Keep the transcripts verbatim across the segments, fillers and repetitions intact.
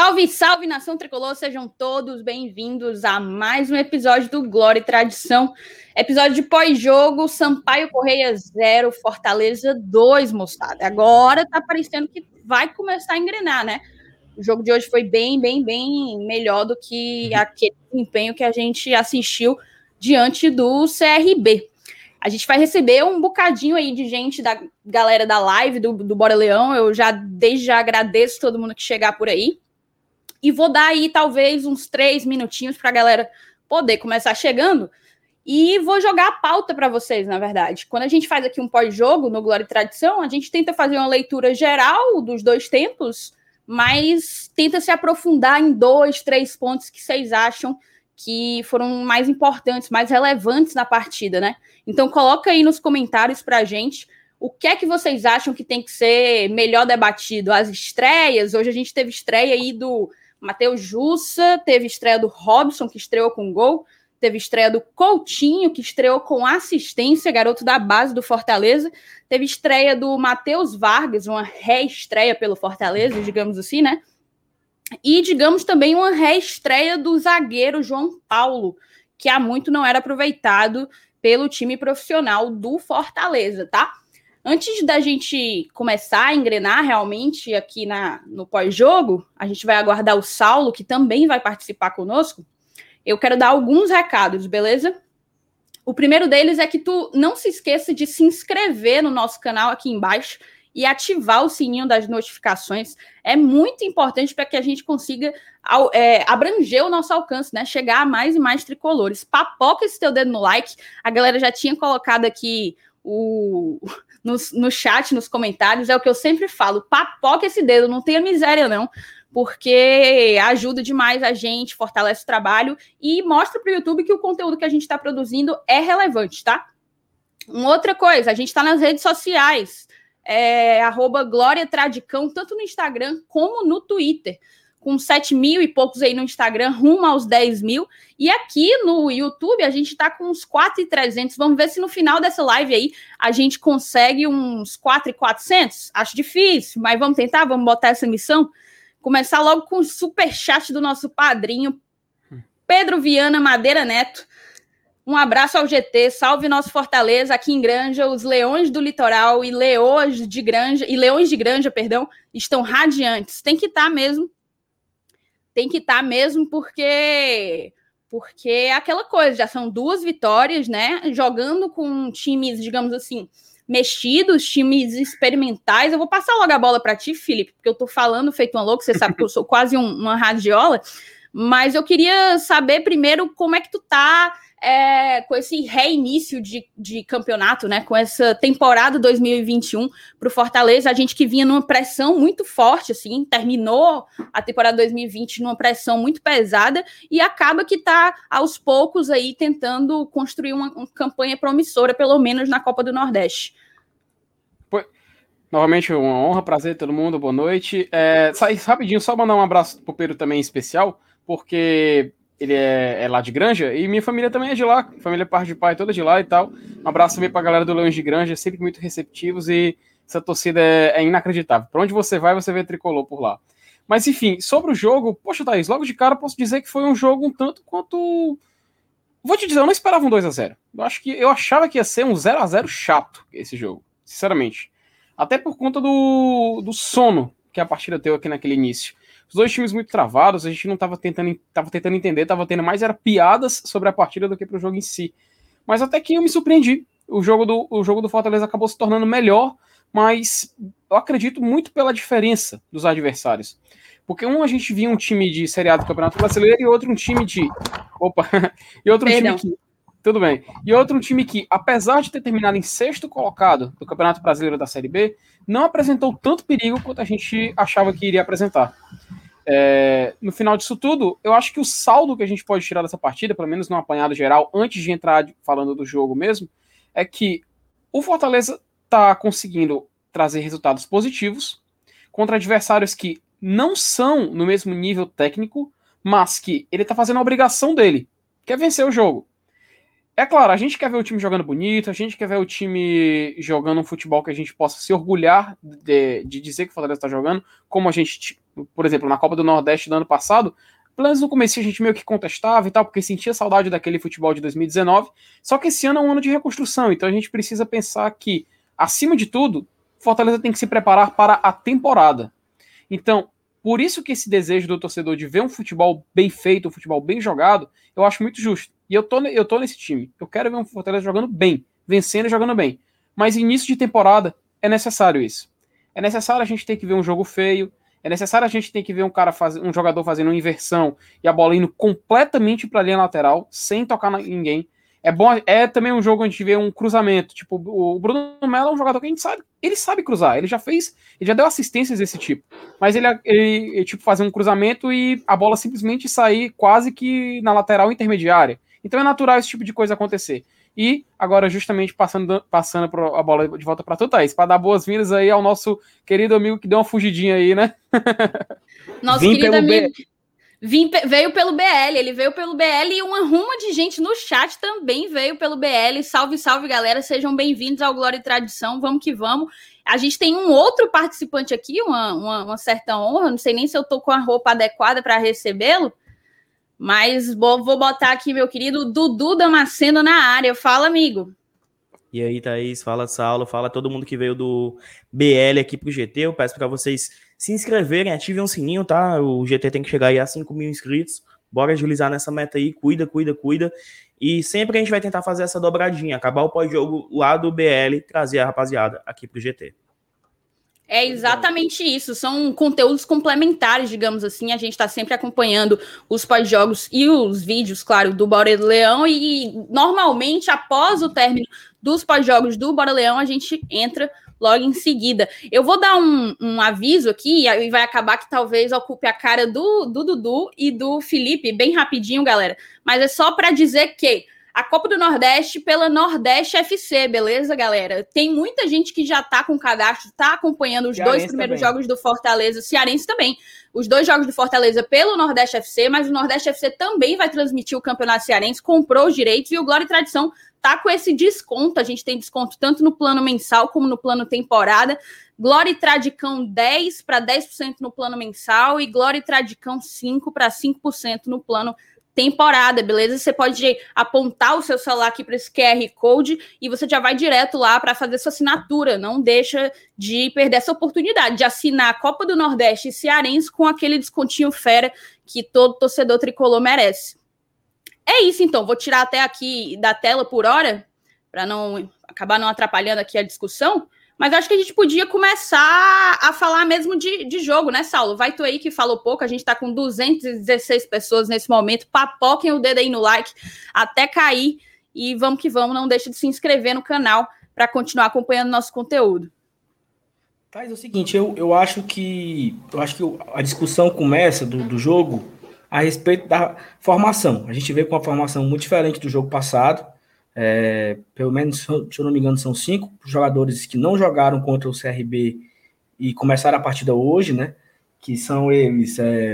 Salve, salve, nação tricolor, sejam todos bem-vindos a mais um episódio do Glória e Tradição. Episódio de pós-jogo, Sampaio Correia zero, Fortaleza dois, moçada. Agora tá parecendo que vai começar a engrenar, né? O jogo de hoje foi bem, bem, bem melhor do que aquele desempenho que a gente assistiu diante do C R B. A gente vai receber um bocadinho aí de gente da galera da live, do, do Bora Leão. Eu já, desde já agradeço todo mundo que chegar por aí. E vou dar aí, talvez, uns três minutinhos para a galera poder começar chegando. E vou jogar a pauta para vocês, na verdade. Quando a gente faz aqui um pós-jogo no Glória e Tradição, a gente tenta fazer uma leitura geral dos dois tempos, mas tenta se aprofundar em dois, três pontos que vocês acham que foram mais importantes, mais relevantes na partida, né? Então, coloca aí nos comentários para a gente o que é que vocês acham que tem que ser melhor debatido. As estreias, hoje a gente teve estreia aí do Matheus Jussa, teve estreia do Robson, que estreou com gol, teve estreia do Coutinho, que estreou com assistência, garoto da base do Fortaleza, teve estreia do Matheus Vargas, uma reestreia pelo Fortaleza, digamos assim, né? E, digamos, também uma reestreia do zagueiro João Paulo, que há muito não era aproveitado pelo time profissional do Fortaleza, tá? Antes da gente começar a engrenar realmente aqui na, no pós-jogo, a gente vai aguardar o Saulo, que também vai participar conosco. Eu quero dar alguns recados, beleza? O primeiro deles é que tu não se esqueça de se inscrever no nosso canal aqui embaixo e ativar o sininho das notificações. É muito importante para que a gente consiga é, abranger o nosso alcance, né? Chegar a mais e mais tricolores. Papoca esse teu dedo no like. A galera já tinha colocado aqui o... No, no chat, nos comentários, é o que eu sempre falo, papoca esse dedo, não tenha miséria não, porque ajuda demais a gente, fortalece o trabalho e mostra para o YouTube que o conteúdo que a gente está produzindo é relevante, tá? Uma outra coisa, a gente está nas redes sociais, é, arroba Glória Tradicão, tanto no Instagram como no Twitter, com sete mil e poucos aí no Instagram, rumo aos dez mil. E aqui no YouTube a gente tá com uns quatro mil e trezentos. Vamos ver se no final dessa live aí a gente consegue uns quatro mil e quatrocentos. Acho difícil, mas vamos tentar, vamos botar essa missão. Começar logo com o superchat do nosso padrinho, Pedro Viana Madeira Neto. Um abraço ao G T, salve nosso Fortaleza, aqui em Granja, os Leões do Litoral e Leões de Granja, e Leões de Granja, perdão, estão radiantes. Tem que estar mesmo. Tem que estar mesmo, porque porque é aquela coisa, já são duas vitórias, né? Jogando com times, digamos assim, mexidos, times experimentais. Eu vou passar logo a bola para ti, Felipe, porque eu tô falando feito uma louca, você sabe que eu sou quase um, uma radiola, mas eu queria saber primeiro como é que tu tá é, com esse reinício de, de campeonato, né? Com essa temporada dois mil e vinte e um para o Fortaleza, a gente que vinha numa pressão muito forte, assim, terminou a temporada dois mil e vinte numa pressão muito pesada e acaba que tá aos poucos aí tentando construir uma, uma campanha promissora, pelo menos na Copa do Nordeste. Foi. Novamente, uma honra, prazer todo mundo, boa noite. É, rapidinho, só mandar um abraço pro Pedro também em especial, porque ele é, é lá de Granja, e minha família também é de lá, família parte de pai toda de lá e tal. Um abraço também pra galera do Leões de Granja, sempre muito receptivos, e essa torcida é, é inacreditável. Pra onde você vai, você vê tricolor por lá. Mas enfim, sobre o jogo, poxa, Thaís, logo de cara posso dizer que foi um jogo um tanto quanto... Vou te dizer, eu não esperava um dois a zero. Eu acho que eu achava que ia ser um zero a zero chato esse jogo, sinceramente. Até por conta do, do sono que a partida teve aqui naquele início. Os dois times muito travados, a gente não estava tentando, tava tentando entender, estava tendo mais era piadas sobre a partida do que para o jogo em si. Mas até que eu me surpreendi. O jogo, do, o jogo do Fortaleza acabou se tornando melhor, mas eu acredito muito pela diferença dos adversários. Porque um a gente via um time de Série A do Campeonato Brasileiro e outro um time de... Opa! E outro um time que... Tudo bem. E outro um time que, apesar de ter terminado em sexto colocado do Campeonato Brasileiro da Série B, não apresentou tanto perigo quanto a gente achava que iria apresentar. É, no final disso tudo, eu acho que o saldo que a gente pode tirar dessa partida, pelo menos no apanhado geral, antes de entrar falando do jogo mesmo, é que o Fortaleza está conseguindo trazer resultados positivos contra adversários que não são no mesmo nível técnico, mas que ele está fazendo a obrigação dele, que é vencer o jogo. É claro, a gente quer ver o time jogando bonito, a gente quer ver o time jogando um futebol que a gente possa se orgulhar de, de dizer que o Fortaleza está jogando, como a gente, por exemplo, na Copa do Nordeste do ano passado, pelo menos no começo a gente meio que contestava e tal, porque sentia saudade daquele futebol de dois mil e dezenove, só que esse ano é um ano de reconstrução, então a gente precisa pensar que, acima de tudo, Fortaleza tem que se preparar para a temporada. Então, por isso que esse desejo do torcedor de ver um futebol bem feito, um futebol bem jogado, eu acho muito justo. E eu tô, eu tô nesse time. Eu quero ver um Fortaleza jogando bem, vencendo e jogando bem. Mas início de temporada é necessário isso. É necessário a gente ter que ver um jogo feio, é necessário a gente ter que ver um cara faz, um jogador fazendo uma inversão e a bola indo completamente para a linha lateral, sem tocar em ninguém. É bom, é também um jogo onde a gente vê um cruzamento. Tipo, o Bruno Melo é um jogador que a gente sabe, ele sabe cruzar, ele já fez, ele já deu assistências desse tipo. Mas ele, ele, ele tipo, fazer um cruzamento e a bola simplesmente sair quase que na lateral intermediária. Então é natural esse tipo de coisa acontecer. E agora, justamente, passando, passando a bola de volta para tu, Thaís, para dar boas-vindas aí ao nosso querido amigo que deu uma fugidinha aí, né? Nosso Vim querido amigo B... Vim, veio pelo B L, ele veio pelo B L e uma ruma de gente no chat também veio pelo B L. Salve, salve, galera, sejam bem-vindos ao Glória e Tradição, vamos que vamos. A gente tem um outro participante aqui, uma, uma, uma certa honra, não sei nem se eu tô com a roupa adequada para recebê-lo, mas vou, vou botar aqui meu querido Dudu Damasceno na área. Fala, amigo. E aí, Thaís, fala, Saulo, fala todo mundo que veio do B L aqui pro G T. Eu peço para vocês se inscreverem, ativem o sininho, tá? O G T tem que chegar aí a cinco mil inscritos. Bora agilizar nessa meta aí, cuida, cuida, cuida. E sempre a gente vai tentar fazer essa dobradinha, acabar o pós-jogo lá do B L, trazer a rapaziada aqui pro G T. É exatamente isso, são conteúdos complementares, digamos assim, a gente está sempre acompanhando os pós-jogos e os vídeos, claro, do Bora do Leão, e normalmente, após o término dos pós-jogos do Bora Leão, a gente entra logo em seguida. Eu vou dar um, um aviso aqui, e aí vai acabar que talvez ocupe a cara do, do Dudu e do Felipe, bem rapidinho, galera, mas é só para dizer que a Copa do Nordeste pela Nordeste F C, beleza, galera? Tem muita gente que já tá com cadastro, tá acompanhando os Cearense dois primeiros também. Jogos do Fortaleza, Cearense também. Os dois jogos do Fortaleza pelo Nordeste F C, mas o Nordeste F C também vai transmitir o Campeonato Cearense, comprou os direitos e o Glória e Tradição tá com esse desconto. A gente tem desconto tanto no plano mensal como no plano temporada. Glória e Tradicão dez para dez por cento no plano mensal e Glória e Tradicão cinco para cinco por cento no plano temporada, beleza? Você pode apontar o seu celular aqui para esse Q R Code e você já vai direto lá para fazer sua assinatura. Não deixa de perder essa oportunidade de assinar a Copa do Nordeste e Cearense com aquele descontinho fera que todo torcedor tricolor merece. É isso, então. Vou tirar até aqui da tela por hora, para não acabar não atrapalhando aqui a discussão. Mas acho que a gente podia começar a falar mesmo de, de jogo, né, Saulo? Vai tu aí que falou pouco, a gente tá com duzentas e dezesseis pessoas nesse momento. Papoquem o dedo aí no like até cair. E vamos que vamos, não deixe de se inscrever no canal para continuar acompanhando nosso conteúdo. Faz o seguinte, eu, eu acho que eu acho que a discussão começa do, do jogo a respeito da formação. A gente veio com uma formação muito diferente do jogo passado. É, pelo menos, se eu não me engano, são cinco jogadores que não jogaram contra o C R B e começaram a partida hoje, né? Que são eles. É,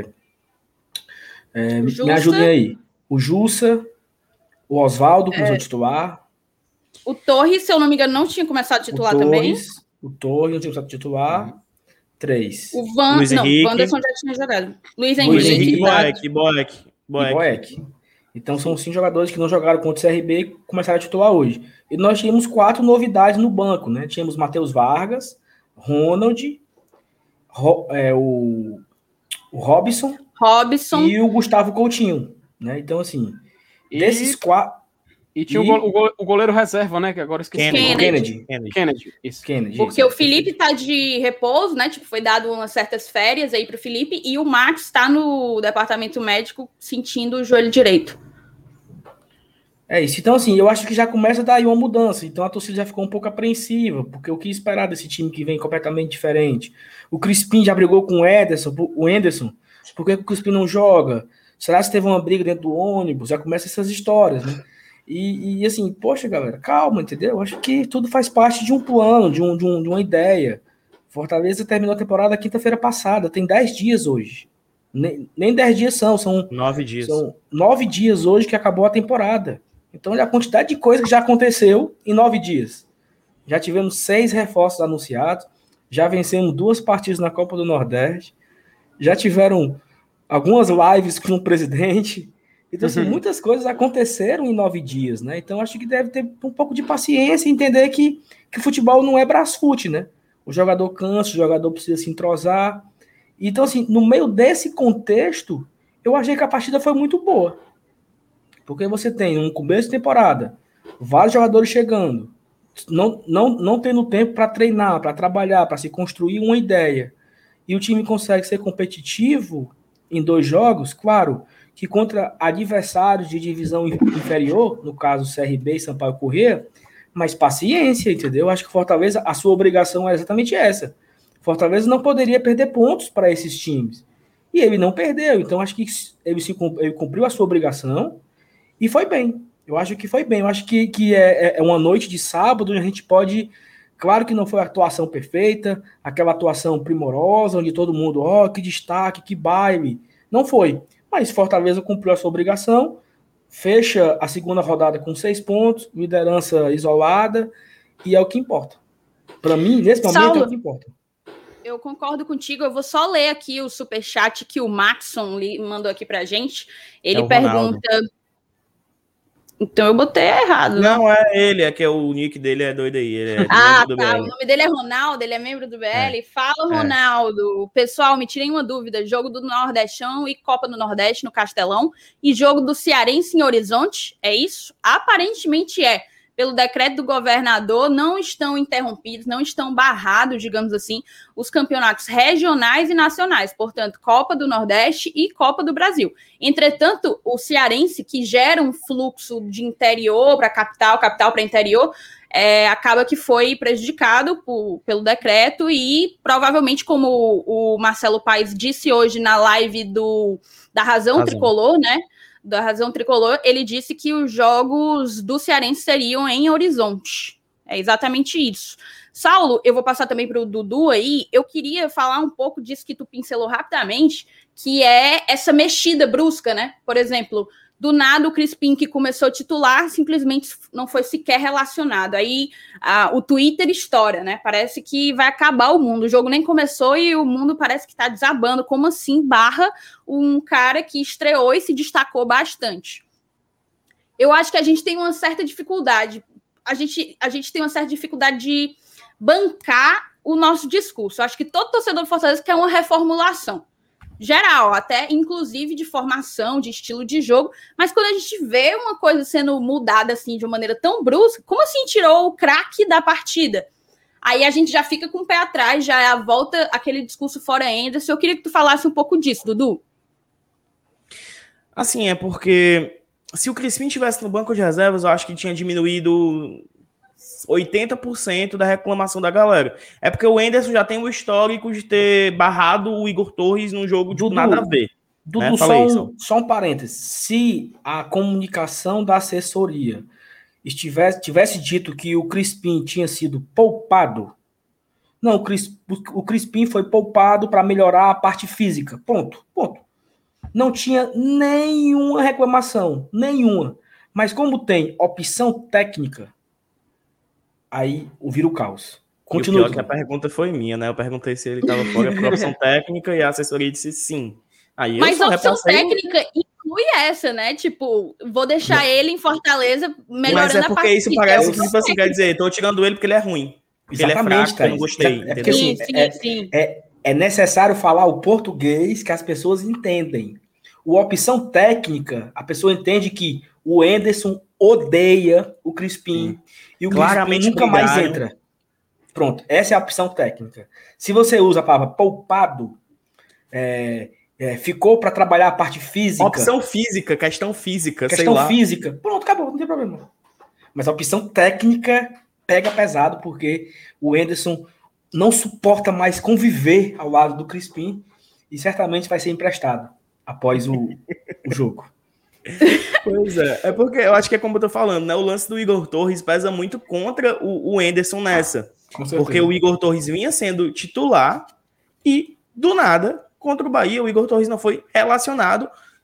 é, me ajudem aí. O Jussa, o Oswaldo, que é, usou titular. O Torres, se eu não me engano, não tinha começado a titular o Torres, também. O Torres não tinha começado a titular. Uhum. Três. O Van, Luiz não, Henrique. O Wanderson já tinha jogado. Luiz Henrique. Luiz Henrique e Boeck. Boeck. Boeck. Então, são cinco jogadores que não jogaram contra o C R B e começaram a titular hoje. E nós tínhamos quatro novidades no banco, né? Tínhamos Matheus Vargas, Ronald, Ro, é, o, o Robson, Robson e o Gustavo Coutinho, né? Então, assim, e, desses quatro... E tinha e... O, go, o goleiro reserva, né? Que agora esqueci. Kennedy. Kennedy. Kennedy. Kennedy. Isso. Kennedy. Porque isso. O Felipe tá de repouso, né? Tipo, foi dado umas certas férias aí pro Felipe, e o Max está no departamento médico sentindo o joelho direito. É isso. Então, assim, eu acho que já começa a dar aí uma mudança. Então, a torcida já ficou um pouco apreensiva, porque o que esperar desse time que vem completamente diferente? O Crispim já brigou com o Ederson, o Anderson. Por que o Crispim não joga? Será que teve uma briga dentro do ônibus? Já começa essas histórias, né? E, e assim, poxa, galera, calma, entendeu? Eu acho que tudo faz parte de um plano, de, um, de, um, de uma ideia. Fortaleza terminou a temporada quinta-feira passada, tem dez dias hoje. Nem, nem dez dias são, são... Nove dias. São nove dias hoje que acabou a temporada. Então, olha a quantidade de coisa que já aconteceu em nove dias. Já tivemos seis reforços anunciados, já vencemos duas partidas na Copa do Nordeste, já tiveram algumas lives com o presidente. Então, assim, uhum. muitas coisas aconteceram em nove dias, né? Então, acho que deve ter um pouco de paciência e entender que, que o futebol não é brasfute, né? O jogador cansa, o jogador precisa se entrosar. Então, assim, no meio desse contexto, eu achei que a partida foi muito boa. Porque você tem um começo de temporada, vários jogadores chegando, não, não, não tendo tempo para treinar, para trabalhar, para se construir uma ideia. E o time consegue ser competitivo em dois jogos, claro, que contra adversários de divisão inferior, no caso C R B e Sampaio Corrêa, mas paciência, entendeu? Acho que Fortaleza, a sua obrigação é exatamente essa. Fortaleza não poderia perder pontos para esses times. E ele não perdeu, então acho que ele, se, ele cumpriu a sua obrigação e foi bem. Eu acho que foi bem. Eu acho que, que é, é uma noite de sábado onde a gente pode... Claro que não foi a atuação perfeita, aquela atuação primorosa, onde todo mundo, ó, oh, que destaque, que baile. Não foi. Mas Fortaleza cumpriu a sua obrigação, fecha a segunda rodada com seis pontos, liderança isolada, e é o que importa. Para mim, nesse momento, Saulo, é o que importa. Eu concordo contigo, eu vou só ler aqui o superchat que o Maxon mandou aqui pra gente. Ele é pergunta... Então eu botei errado. Não, né? É ele, é que é o nick dele é doido aí. Ele é ah, do tá. B L. O nome dele é Ronaldo, ele é membro do B L. É. Fala, Ronaldo. É. Pessoal, me tirem uma dúvida. Jogo do Nordestão e Copa do Nordeste no Castelão. E jogo do Cearense em Horizonte? É isso? Aparentemente é. Pelo decreto do governador, não estão interrompidos, não estão barrados, digamos assim, os campeonatos regionais e nacionais, portanto, Copa do Nordeste e Copa do Brasil. Entretanto, o cearense, que gera um fluxo de interior para capital, capital para interior, é, acaba que foi prejudicado por, pelo decreto e, provavelmente, como o, o Marcelo Paes disse hoje na live do, da Razão, Razão. Tricolor, né? da Razão Tricolor, ele disse que os jogos do Cearense seriam em Horizonte. É exatamente isso. Saulo, eu vou passar também para o Dudu aí, eu queria falar um pouco disso que tu pincelou rapidamente, que é essa mexida brusca, né? Por exemplo, do nada o Crispim, que começou titular, simplesmente não foi sequer relacionado. Aí a, o Twitter estoura, né? Parece que vai acabar o mundo. O jogo nem começou e o mundo parece que está desabando. Como assim? Barra um cara que estreou e se destacou bastante. Eu acho que a gente tem uma certa dificuldade. A gente, a gente tem uma certa dificuldade de bancar o nosso discurso. Eu acho que todo torcedor do Fortaleza quer uma reformulação geral, até inclusive de formação, de estilo de jogo, mas quando a gente vê uma coisa sendo mudada assim de uma maneira tão brusca, como assim tirou o craque da partida? Aí a gente já fica com o pé atrás, já volta aquele discurso fora Anderson. Eu queria que tu falasse um pouco disso, Dudu. Assim, é porque se o Crispim estivesse no banco de reservas, eu acho que tinha diminuído oitenta por cento da reclamação da galera. É porque o Anderson já tem o histórico de ter barrado o Igor Torres num jogo de Dudu, nada a ver. Dudu, né? só, um, só um parênteses. Se a comunicação da assessoria estivesse, tivesse dito que o Crispim tinha sido poupado, não, o, Cris, o Crispim foi poupado para melhorar a parte física. Ponto, ponto. Não tinha nenhuma reclamação, nenhuma. Mas como tem opção técnica, aí vira o caos. Continua. E o pior é que a pergunta foi minha, né? Eu perguntei se ele estava fora por opção técnica e a assessoria disse sim. Aí Mas eu a opção técnica inclui essa, né? Tipo, vou deixar não. ele em Fortaleza melhorando a Mas é porque isso parece que, tipo assim, quer dizer, tô tirando ele porque ele é ruim. Porque Exatamente, ele é fraco, cara. eu não gostei. É porque, assim, sim, é, sim. É, é necessário falar o português que as pessoas entendem. O opção técnica, a pessoa entende que o Anderson odeia o Crispim hum. e o Claramente Crispim nunca mais entra. Pronto, essa é a opção técnica. Se você usa a palavra poupado, é, é, ficou para trabalhar a parte física. Opção física, questão física, questão sei lá. física. Pronto, acabou, não tem problema. Mas a opção técnica pega pesado, porque o Anderson não suporta mais conviver ao lado do Crispim e certamente vai ser emprestado após o, o jogo. Pois é, é porque eu acho que é como eu tô falando, né? O lance do Igor Torres pesa muito contra o, o Anderson nessa. Porque o Igor Torres vinha sendo titular e, do nada, contra o Bahia, o Igor Torres não foi relacionado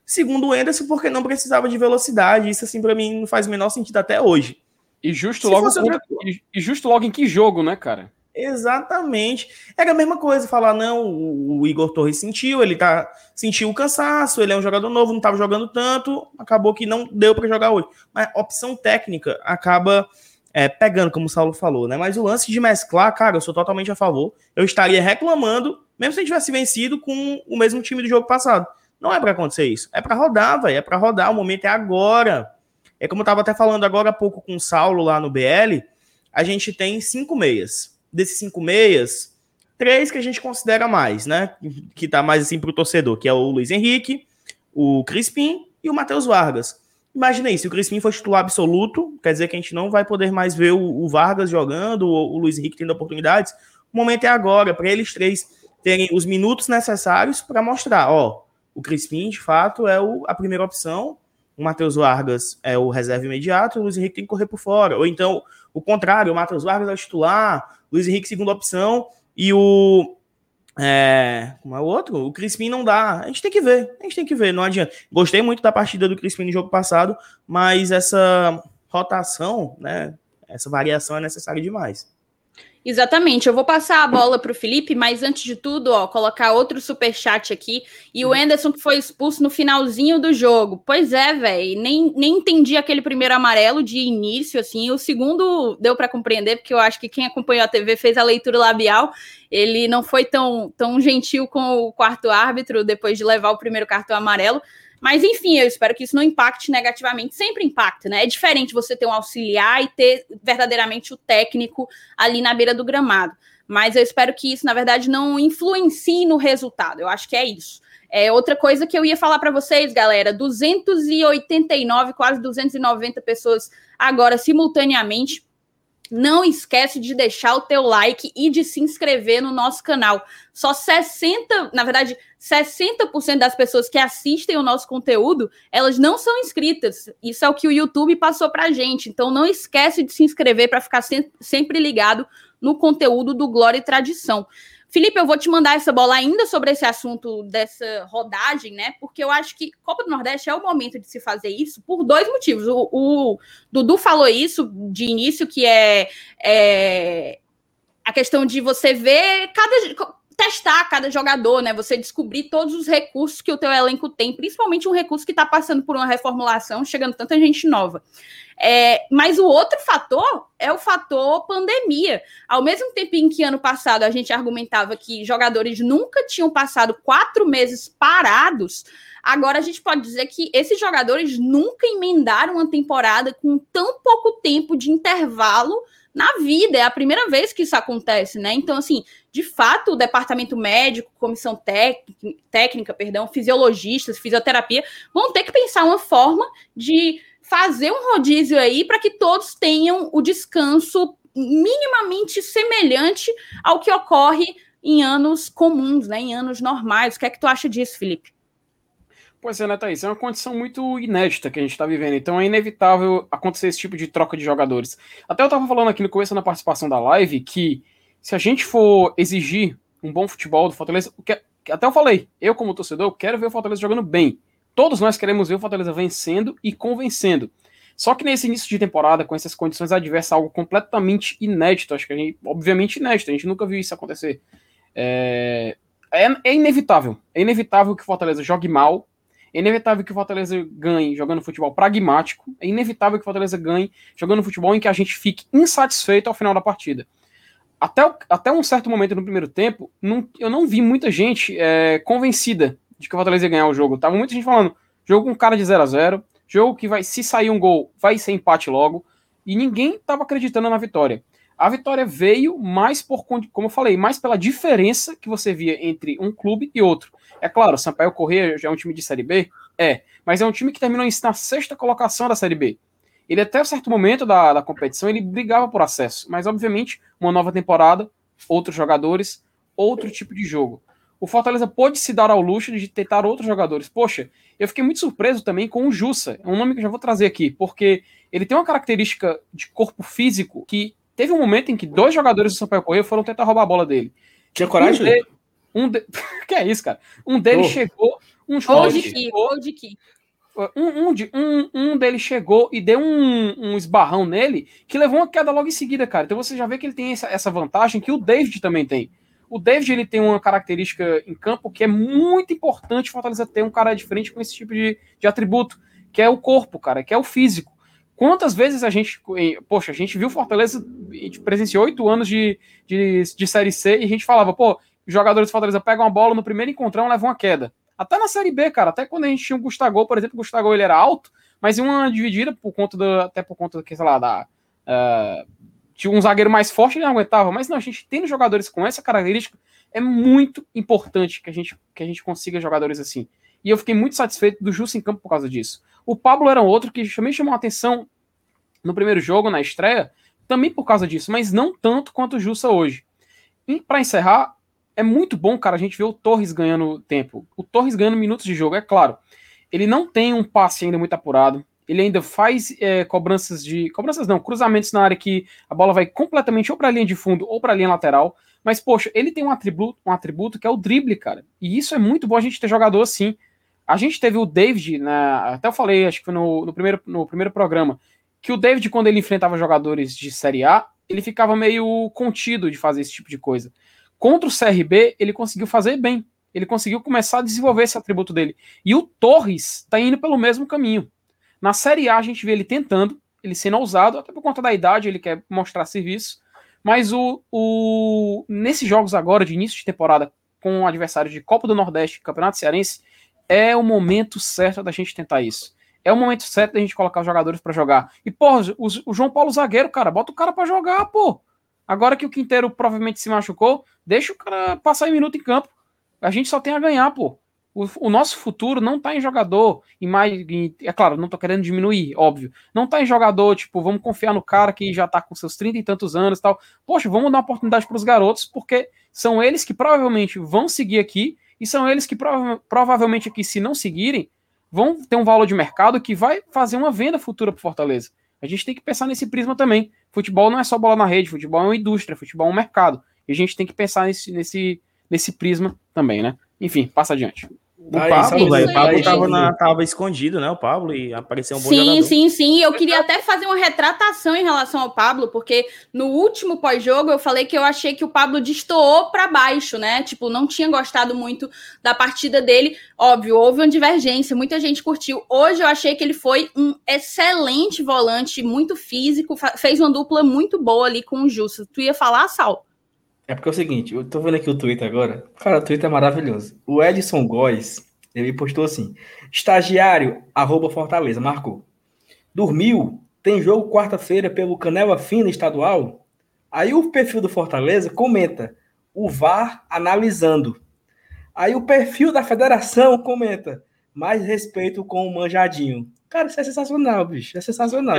Segundo o Enderson, porque não precisava de velocidade. Isso, assim, para mim, não faz o menor sentido até hoje. E justo, logo, contra... e justo logo em que jogo, né, cara? Exatamente. Era a mesma coisa, falar, não, o Igor Torres sentiu, ele tá, sentiu o cansaço, ele é um jogador novo, não estava jogando tanto, acabou que não deu para jogar hoje. Mas a opção técnica acaba é, pegando, como o Saulo falou, né? Mas o lance de mesclar, cara, eu sou totalmente a favor. Eu estaria reclamando, mesmo se a gente tivesse vencido com o mesmo time do jogo passado. Não é para acontecer isso. É para rodar, velho. É para rodar. O momento é agora. É como eu estava até falando agora há pouco com o Saulo lá no B L, a gente tem cinco meias. Desses cinco meias, três que a gente considera mais, né? Que tá mais assim pro torcedor, que é o Luiz Henrique, o Crispim e o Matheus Vargas. Imagina aí, se o Crispim for titular absoluto, quer dizer que a gente não vai poder mais ver o, o Vargas jogando, o, o Luiz Henrique tendo oportunidades. O momento é agora, para eles três terem os minutos necessários para mostrar, ó, o Crispim, de fato, é o, a primeira opção, o Matheus Vargas é o reserva imediato, o Luiz Henrique tem que correr por fora. Ou então, o contrário, o Matheus Vargas é o titular, o Luiz Henrique segunda opção, e o... É, como é o outro? O Crispim não dá. A gente tem que ver, a gente tem que ver, não adianta. Gostei muito da partida do Crispim no jogo passado, mas essa rotação, né, essa variação é necessária demais. Exatamente, eu vou passar a bola para o Felipe, mas antes de tudo, ó, colocar outro superchat aqui, e o Enderson que foi expulso no finalzinho do jogo. Pois é, velho, nem, nem entendi aquele primeiro amarelo de início, assim, o segundo deu para compreender, porque eu acho que quem acompanhou a T V fez a leitura labial, ele não foi tão, tão gentil com o quarto árbitro depois de levar o primeiro cartão amarelo. Mas, enfim, eu espero que isso não impacte negativamente. Sempre impacta, né? É diferente você ter um auxiliar e ter verdadeiramente o técnico ali na beira do gramado. Mas eu espero que isso, na verdade, não influencie no resultado. Eu acho que é isso. É outra coisa que eu ia falar para vocês, galera. duzentos e oitenta e nove, quase duzentas e noventa pessoas agora simultaneamente. Não esquece de deixar o teu like e de se inscrever no nosso canal. Só sessenta, na verdade, sessenta por cento das pessoas que assistem o nosso conteúdo, elas não são inscritas. Isso é o que o YouTube passou pra gente. Então não esquece de se inscrever para ficar sempre ligado no conteúdo do Glória e Tradição. Felipe, eu vou te mandar essa bola ainda sobre esse assunto dessa rodagem, né? Porque eu acho que Copa do Nordeste é o momento de se fazer isso por dois motivos. O, o Dudu falou isso de início, que é, é a questão de você ver cada... testar cada jogador, né? Você descobrir todos os recursos que o teu elenco tem, principalmente um recurso que está passando por uma reformulação, chegando tanta gente nova. É, mas o outro fator é o fator pandemia. Ao mesmo tempo em que ano passado a gente argumentava que jogadores nunca tinham passado quatro meses parados, agora a gente pode dizer que esses jogadores nunca emendaram uma temporada com tão pouco tempo de intervalo na vida. É a primeira vez que isso acontece, né? Então, assim, de fato, o departamento médico, comissão técnica, técnica, perdão, fisiologistas, fisioterapia, vão ter que pensar uma forma de fazer um rodízio aí para que todos tenham o descanso minimamente semelhante ao que ocorre em anos comuns, né? Em anos normais. O que é que tu acha disso, Felipe? Pois é, né, Thaís? É uma condição muito inédita que a gente está vivendo, então é inevitável acontecer esse tipo de troca de jogadores. Até eu estava falando aqui no começo, na participação da live, que se a gente for exigir um bom futebol do Fortaleza, que, até eu falei, eu como torcedor, quero ver o Fortaleza jogando bem. Todos nós queremos ver o Fortaleza vencendo e convencendo. Só que nesse início de temporada, com essas condições adversas, algo completamente inédito, acho que a gente, obviamente inédito, a gente nunca viu isso acontecer. É, é, é inevitável, é inevitável que o Fortaleza jogue mal, é inevitável que o Fortaleza ganhe jogando futebol pragmático, é inevitável que o Fortaleza ganhe jogando futebol em que a gente fique insatisfeito ao final da partida. Até, o, até um certo momento no primeiro tempo, não, eu não vi muita gente é, convencida de que o Fortaleza ia ganhar o jogo. Tava muita gente falando, jogo com cara de zero a zero, jogo que vai, se sair um gol, vai ser empate logo, e ninguém estava acreditando na vitória. A vitória veio mais por, como eu falei, mais pela diferença que você via entre um clube e outro. É claro, o Sampaio Corrêa já é um time de Série B? É, mas é um time que terminou na sexta colocação da Série B. Ele até um certo momento da, da competição, ele brigava por acesso, mas obviamente uma nova temporada, outros jogadores, outro tipo de jogo. O Fortaleza pôde se dar ao luxo de tentar outros jogadores. Poxa, eu fiquei muito surpreso também com o Jussa, é um nome que eu já vou trazer aqui, porque ele tem uma característica de corpo físico que teve um momento em que dois jogadores do Sampaio Corrêa foram tentar roubar a bola dele. Tinha coragem? Um de... Um de... que é isso, cara? Um deles, oh. chegou, Um Ou de que, ou de que. Um, um, de, um, um deles chegou e deu um, um esbarrão nele que levou uma queda logo em seguida, cara. Então você já vê que ele tem essa, essa vantagem que o David também tem. O David ele tem uma característica em campo que é muito importante Fortaleza ter um cara de frente com esse tipo de, de atributo, que é o corpo, cara, que é o físico. Quantas vezes a gente... Poxa, a gente viu Fortaleza, a gente presenciou oito anos de, de, de Série C e a gente falava, pô, os jogadores de Fortaleza pegam a bola no primeiro encontrão e levam uma queda. Até na Série B, cara, até quando a gente tinha o Gustavo, por exemplo, o Gustavo ele era alto, mas em uma dividida, por conta do, até por conta, que, sei lá, da, uh, tinha um zagueiro mais forte, ele não aguentava, mas não, a gente tendo jogadores com essa característica, é muito importante que a gente, que a gente consiga jogadores assim. E eu fiquei muito satisfeito do Jussa em campo por causa disso. O Pablo era outro que também chamou a atenção no primeiro jogo, na estreia, também por causa disso, mas não tanto quanto o Jussa hoje. E para encerrar, é muito bom, cara, a gente ver o Torres ganhando tempo. O Torres ganhando minutos de jogo, é claro. Ele não tem um passe ainda muito apurado. Ele ainda faz é, cobranças de... Cobranças não, cruzamentos na área que a bola vai completamente ou para a linha de fundo ou para a linha lateral. Mas, poxa, ele tem um atributo, um atributo que é o drible, cara. E isso é muito bom a gente ter jogador assim. A gente teve o David, na, até eu falei, acho que foi no, no, primeiro, no primeiro programa, que o David, quando ele enfrentava jogadores de Série A, ele ficava meio contido de fazer esse tipo de coisa. Contra o C R B, ele conseguiu fazer bem. Ele conseguiu começar a desenvolver esse atributo dele. E o Torres tá indo pelo mesmo caminho. Na Série A, a gente vê ele tentando, ele sendo ousado, até por conta da idade, ele quer mostrar serviço. Mas o, o nesses jogos agora, de início de temporada, com adversários de Copa do Nordeste, Campeonato Cearense, é o momento certo da gente tentar isso. É o momento certo da gente colocar os jogadores pra jogar. E, porra, o, o João Paulo zagueiro, cara, bota o cara pra jogar, pô. Agora que o Quinteiro provavelmente se machucou, deixa o cara passar em minuto em campo. A gente só tem a ganhar, pô. O, o nosso futuro não tá em jogador, em mais, em, é claro, não tô querendo diminuir, óbvio. Não tá em jogador, tipo, vamos confiar no cara que já tá com seus trinta e tantos anos e tal. Poxa, vamos dar uma oportunidade pros garotos, porque são eles que provavelmente vão seguir aqui, e são eles que prova, provavelmente aqui, se não seguirem, vão ter um valor de mercado que vai fazer uma venda futura pro Fortaleza. A gente tem que pensar nesse prisma também. Futebol não é só bola na rede, futebol é uma indústria, futebol é um mercado. E a gente tem que pensar nesse, nesse, nesse prisma também, né? Enfim, passa adiante. O aí, Pablo, velho, o Pablo tava, na, tava escondido, né? O Pablo, e apareceu um bom sim, jogador. Sim, sim, sim. Eu queria até fazer uma retratação em relação ao Pablo, porque no último pós-jogo eu falei que eu achei que o Pablo destoou para baixo, né? Tipo, não tinha gostado muito da partida dele. Óbvio, houve uma divergência, muita gente curtiu. Hoje eu achei que ele foi um excelente volante, muito físico, fez uma dupla muito boa ali com o Jussa. Tu ia falar, Sal? É porque é o seguinte, eu tô vendo aqui o Twitter agora. Cara, o Twitter é maravilhoso. O Edson Góes, ele postou assim: estagiário, arroba Fortaleza, marcou. Dormiu? Tem jogo quarta-feira pelo Canela Fina estadual? Aí o perfil do Fortaleza comenta: o V A R analisando. Aí o perfil da federação comenta: mais respeito com o manjadinho. Cara, isso é sensacional, bicho. É sensacional.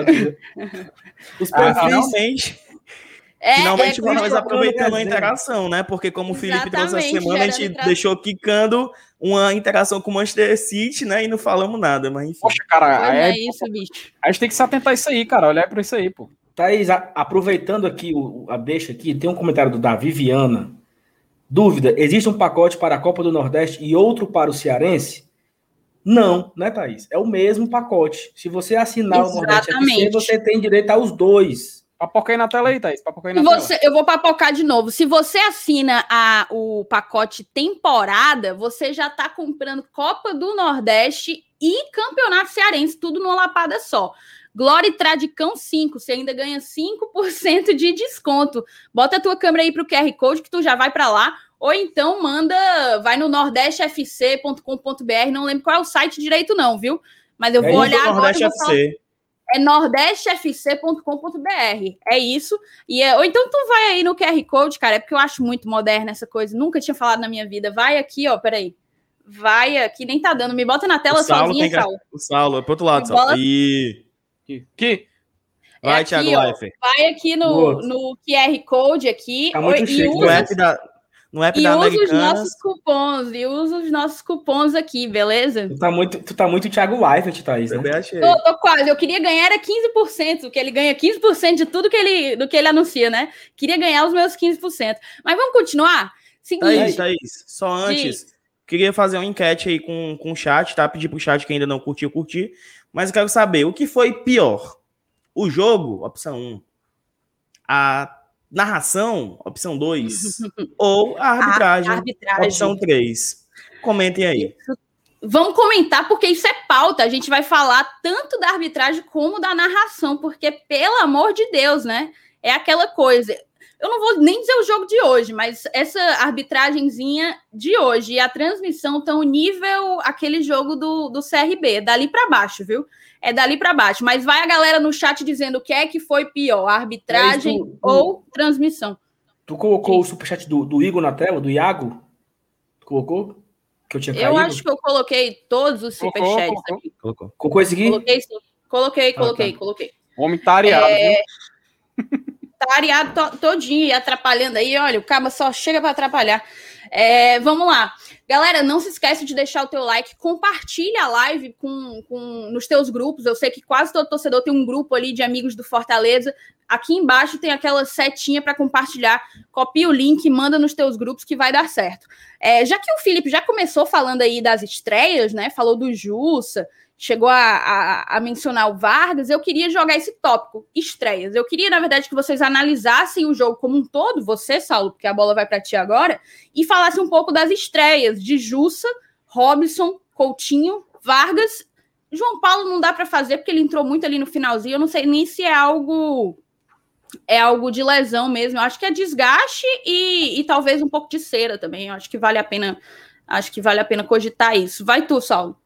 Os perfis... Ah, realmente. É, Finalmente é, o Fortaleza aproveitando a interação, né? Porque como o Felipe trouxe essa semana, a gente tra... deixou quicando uma interação com o Manchester City, né? E não falamos nada, mas enfim. Poxa, cara, é, é isso, bicho. A gente tem que se atentar a isso aí, cara. Olhar pra isso aí, pô. Thaís, aproveitando aqui o, a deixa aqui, tem um comentário do Davi Viana. Dúvida, existe um pacote para a Copa do Nordeste e outro para o Cearense? Não, né, Thaís? É o mesmo pacote. Se você assinar Exatamente. o Nordeste F C, você tem direito aos dois. Papoca aí na tela aí, Thaís. Papoca aí na você, tela. Eu vou papocar de novo. Se você assina a, o pacote temporada, você já está comprando Copa do Nordeste e Campeonato Cearense, tudo numa lapada só. Glória e Tradicão cinco, você ainda ganha cinco por cento de desconto. Bota a tua câmera aí pro Q R Code que tu já vai para lá. Ou então manda, vai no nordeste f c ponto com ponto b r, não lembro qual é o site direito não, viu? Mas eu vou é olhar agora. Nordeste F C. É nordeste f c ponto com ponto b r. É isso. E é, ou então tu vai aí no Q R Code, cara, é porque eu acho muito moderna essa coisa. Nunca tinha falado na minha vida. Vai aqui, ó, peraí. Vai aqui, nem tá dando. Me bota na tela o Saulo sozinha, que... Saulo. O Saulo, é pro outro lado, Saulo. Bola... E... Que? Vai, é Thiago Leifert. Vai aqui no, no Q R Code aqui. Tá muito e chique, usa... no app da... No app e da usa Americanas. os nossos cupons, e usa os nossos cupons aqui, beleza? Tu tá muito, tu tá muito Thiago Leifert, Thaís, né? Tô, tô quase, eu queria ganhar era quinze por cento, que ele ganha quinze por cento de tudo que ele, do que ele anuncia, né? Queria ganhar os meus quinze por cento. Mas vamos continuar? Seguinte. Thaís, Thaís, só antes, de... Queria fazer uma enquete aí com, com o chat, tá? Pedir pro chat que ainda não curtiu, curtir. Mas eu quero saber, o que foi pior? O jogo, opção um. A narração, opção dois. Ou a arbitragem, a arbitragem. opção três. Comentem aí. Isso. Vamos comentar, porque isso é pauta. A gente vai falar tanto da arbitragem como da narração, porque, pelo amor de Deus, né? É aquela coisa. Eu não vou nem dizer o jogo de hoje, mas essa arbitragenzinha de hoje e a transmissão estão nível aquele jogo do, do C R B, dali para baixo, viu? É dali para baixo. Mas vai a galera no chat dizendo o que é que foi pior, arbitragem é tu, ou tu, transmissão. Tu colocou Sim. o superchat do, do Igor na tela, do Iago? Tu colocou? Que eu tinha caído? Eu acho que eu coloquei todos os superchats colocou, aqui. Colocou. Colocou esse aqui? Coloquei sim. Coloquei, coloquei, ah, tá. coloquei. Homem tá areado, é... viu? Tá areado to, todinho e atrapalhando aí. Olha, o cabo só chega para atrapalhar. É, vamos lá. Galera, não se esquece de deixar o teu like. Compartilha a live com, com, nos teus grupos. Eu sei que quase todo torcedor tem um grupo ali de amigos do Fortaleza. Aqui embaixo tem aquela setinha para compartilhar. Copia o link, manda nos teus grupos que vai dar certo. É, já que o Felipe já começou falando aí das estreias, né? Falou do Jussa, chegou a, a, a mencionar o Vargas, eu queria jogar esse tópico, estreias. Eu queria, na verdade, que vocês analisassem o jogo como um todo, você, Saulo, porque a bola vai para ti agora, e falassem um pouco das estreias de Jussa, Robson, Coutinho, Vargas. João Paulo não dá para fazer, porque ele entrou muito ali no finalzinho, eu não sei nem se é algo... é algo de lesão mesmo, eu acho que é desgaste e, e talvez um pouco de cera também, eu acho que vale a pena, acho que vale a pena cogitar isso. Vai tu, Saulo.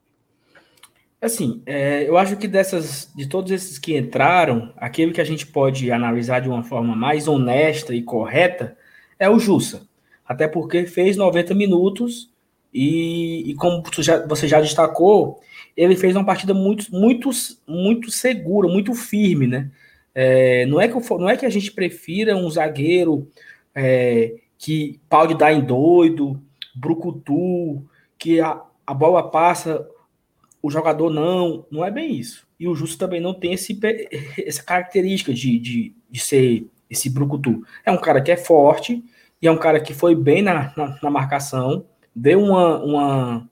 Assim, é, eu acho que dessas, de todos esses que entraram, aquele que a gente pode analisar de uma forma mais honesta e correta é o Jussa, até porque fez noventa minutos e, e como você já, você já destacou, ele fez uma partida muito, muito, muito segura, muito firme, né? É, não, é que, não é que a gente prefira um zagueiro é, que pode dar em doido, brucutu, que a, a bola passa, o jogador não, não é bem isso. E o Justo também não tem esse, essa característica de, de, de ser esse brucutu. É um cara que é forte e é um cara que foi bem na, na, na marcação, deu uma, uma,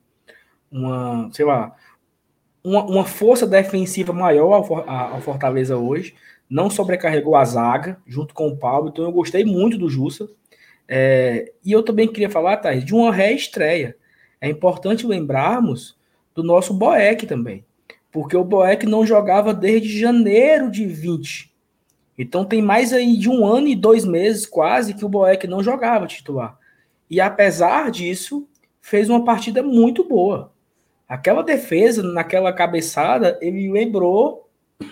uma sei lá, uma, uma força defensiva maior ao, ao Fortaleza hoje. Não sobrecarregou a zaga, junto com o Paulo, então eu gostei muito do Jussa. É, e eu também queria falar, Thaís, de uma reestreia. É importante lembrarmos do nosso Boeck também, porque o Boeck não jogava desde janeiro de vinte. Então tem mais aí de um ano e dois meses quase que o Boeck não jogava titular. E apesar disso, fez uma partida muito boa. Aquela defesa, naquela cabeçada, ele lembrou...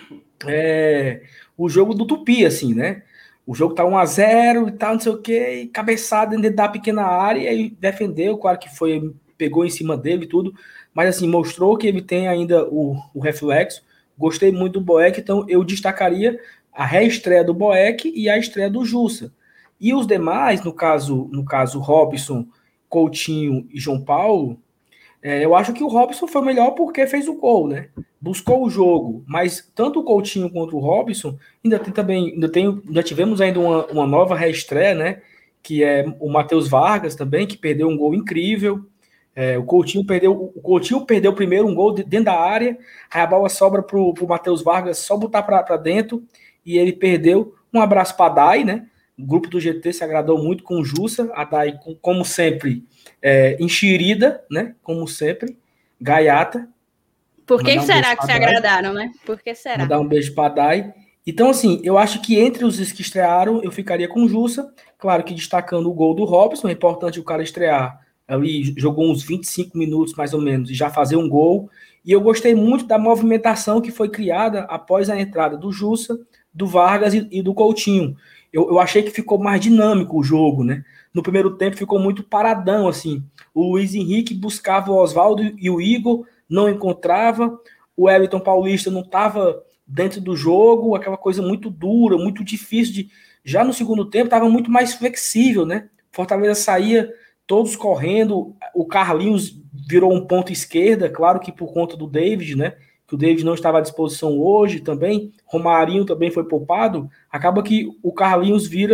É, o jogo do Tupi, assim, né? O jogo tá um a zero e tal, não sei o quê, e cabeçada dentro da pequena área, e defendeu, claro que foi, pegou em cima dele e tudo, mas assim, mostrou que ele tem ainda o, o reflexo. Gostei muito do Boeck, então eu destacaria a reestreia do Boeck e a estreia do Jussa. E os demais, no caso, no caso Robson, Coutinho e João Paulo, é, eu acho que o Robson foi melhor porque fez o gol, né? Buscou o jogo, mas tanto o Coutinho quanto o Robson ainda tem também, ainda, tem, ainda tivemos ainda uma, uma nova reestreia, né? Que é o Matheus Vargas também, que perdeu um gol incrível. É, o Coutinho perdeu, o Coutinho perdeu primeiro um gol dentro da área, aí a bola sobra para o Matheus Vargas só botar para dentro e ele perdeu. Um abraço para a Dai, né? O grupo do G T se agradou muito com o Jussa, a Dai, como sempre, é, enxerida, né? Como sempre, gaiata. Por que será que se agradaram, né? Por que será? Vou dar um beijo para a Dai. Então, assim, eu acho que entre os que estrearam, eu ficaria com o Jussa. Claro que destacando o gol do Robson, é importante o cara estrear. Ali jogou uns vinte e cinco minutos, mais ou menos, e já fazer um gol. E eu gostei muito da movimentação que foi criada após a entrada do Jussa, do Vargas e, e do Coutinho. Eu, eu achei que ficou mais dinâmico o jogo, né? No primeiro tempo ficou muito paradão, assim. O Luiz Henrique buscava o Oswaldo e o Igor, não encontrava. O Wellington Paulista não estava dentro do jogo, aquela coisa muito dura, muito difícil de... Já no segundo tempo estava muito mais flexível, né? Fortaleza saía todos correndo, o Carlinhos virou um ponto esquerda, claro que por conta do David, né? Que o David não estava à disposição hoje também, Romarinho também foi poupado, acaba que o Carlinhos vira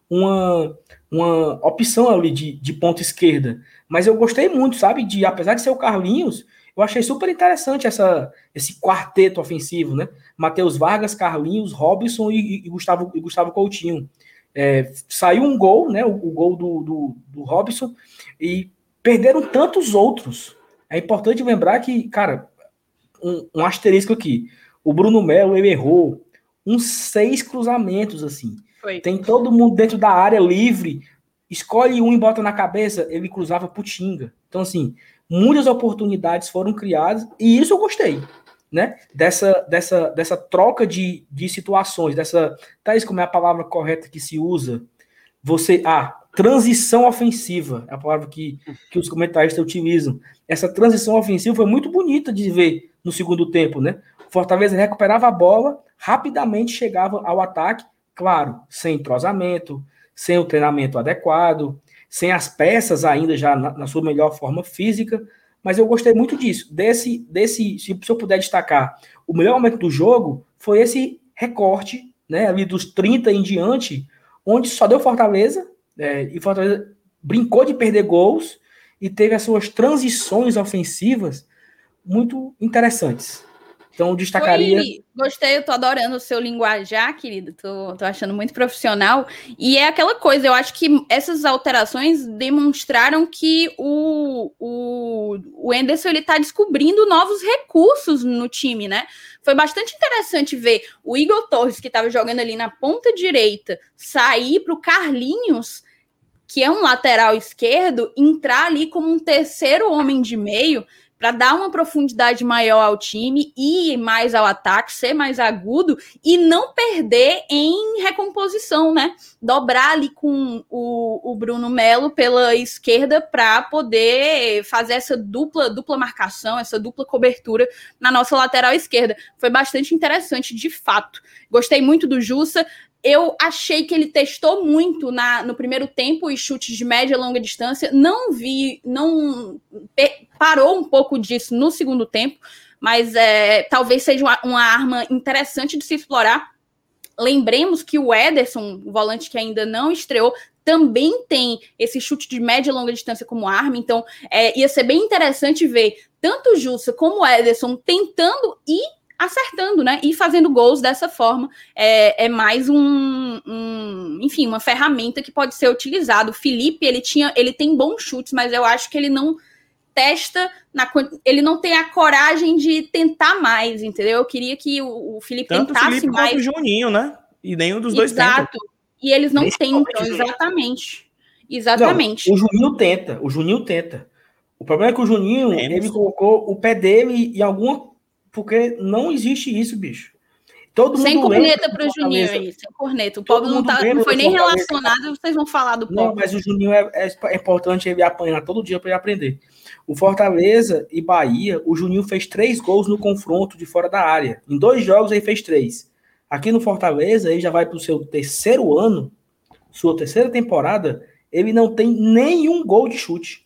uma, uma opção ali de, de ponta esquerda. Mas eu gostei muito, sabe? De, apesar de ser o Carlinhos, eu achei super interessante essa, esse quarteto ofensivo, né? Matheus Vargas, Carlinhos, Robson e, e, Gustavo, e Gustavo Coutinho. É, saiu um gol, né? O, o gol do, do, do Robson, e perderam tantos outros. É importante lembrar que, cara, um, um asterisco aqui. O Bruno Melo, ele errou uns seis cruzamentos, assim. Foi. Tem todo mundo dentro da área livre, escolhe um e bota na cabeça, ele cruzava pro Tinga. Então, assim, muitas oportunidades foram criadas, e isso eu gostei, né? Dessa, dessa, dessa troca de, de situações, dessa... Thaís, como é a palavra correta que se usa? Você... Ah, transição ofensiva, é a palavra que, que os comentaristas utilizam. Essa transição ofensiva foi muito bonita de ver no segundo tempo, né? Fortaleza recuperava a bola, rapidamente chegava ao ataque, claro, sem entrosamento, sem o treinamento adequado, sem as peças ainda já na, na sua melhor forma física, mas eu gostei muito disso. Desse, desse, se eu puder destacar, o melhor momento do jogo foi esse recorte, né, ali dos trinta em diante, onde só deu Fortaleza, é, e Fortaleza brincou de perder gols e teve as suas transições ofensivas muito interessantes. Então, eu destacaria... Foi, gostei, eu tô adorando o seu linguajar, querido, tô, tô achando muito profissional, e é aquela coisa, eu acho que essas alterações demonstraram que o, o, o Anderson, ele tá descobrindo novos recursos no time, né? Foi bastante interessante ver o Igor Torres, que estava jogando ali na ponta direita, sair pro Carlinhos, que é um lateral esquerdo, entrar ali como um terceiro homem de meio, para dar uma profundidade maior ao time, ir mais ao ataque, ser mais agudo e não perder em recomposição, né? Dobrar ali com o, o Bruno Melo pela esquerda para poder fazer essa dupla, dupla marcação, essa dupla cobertura na nossa lateral esquerda. Foi bastante interessante, de fato. Gostei muito do Jussa. Eu achei que ele testou muito na, no primeiro tempo os chutes de média e longa distância. Não vi, não pe, parou um pouco disso no segundo tempo, mas é, talvez seja uma, uma arma interessante de se explorar. Lembremos que o Ederson, o volante que ainda não estreou, também tem esse chute de média e longa distância como arma. Então, é, ia ser bem interessante ver tanto o Jussa como o Ederson tentando ir acertando, né, e fazendo gols dessa forma. É, é mais um, um, enfim, uma ferramenta que pode ser utilizada. O Felipe, ele, tinha, ele tem bons chutes, mas eu acho que ele não testa, na, ele não tem a coragem de tentar mais, entendeu? Eu queria que o, o Felipe Tanto tentasse o Felipe mais. quanto o Juninho, né? E nenhum dos dois tenta. Exato. E eles não tentam, exatamente. Exatamente. Não, o Juninho tenta, o Juninho tenta. O problema é que o Juninho, Menos. ele colocou o pé dele em alguma... Porque não existe isso, bicho. Todo sem mundo corneta para o Juninho aí, sem corneta. O pobre não, tá, não foi nem relacionado, vocês vão falar do pobre. Não, mas o Juninho é, é, é importante ele apanhar todo dia para ele aprender. O Fortaleza e Bahia, o Juninho fez três gols no confronto de fora da área. Em dois jogos ele fez três. Aqui no Fortaleza, ele já vai para o seu terceiro ano, sua terceira temporada, ele não tem nenhum gol de chute.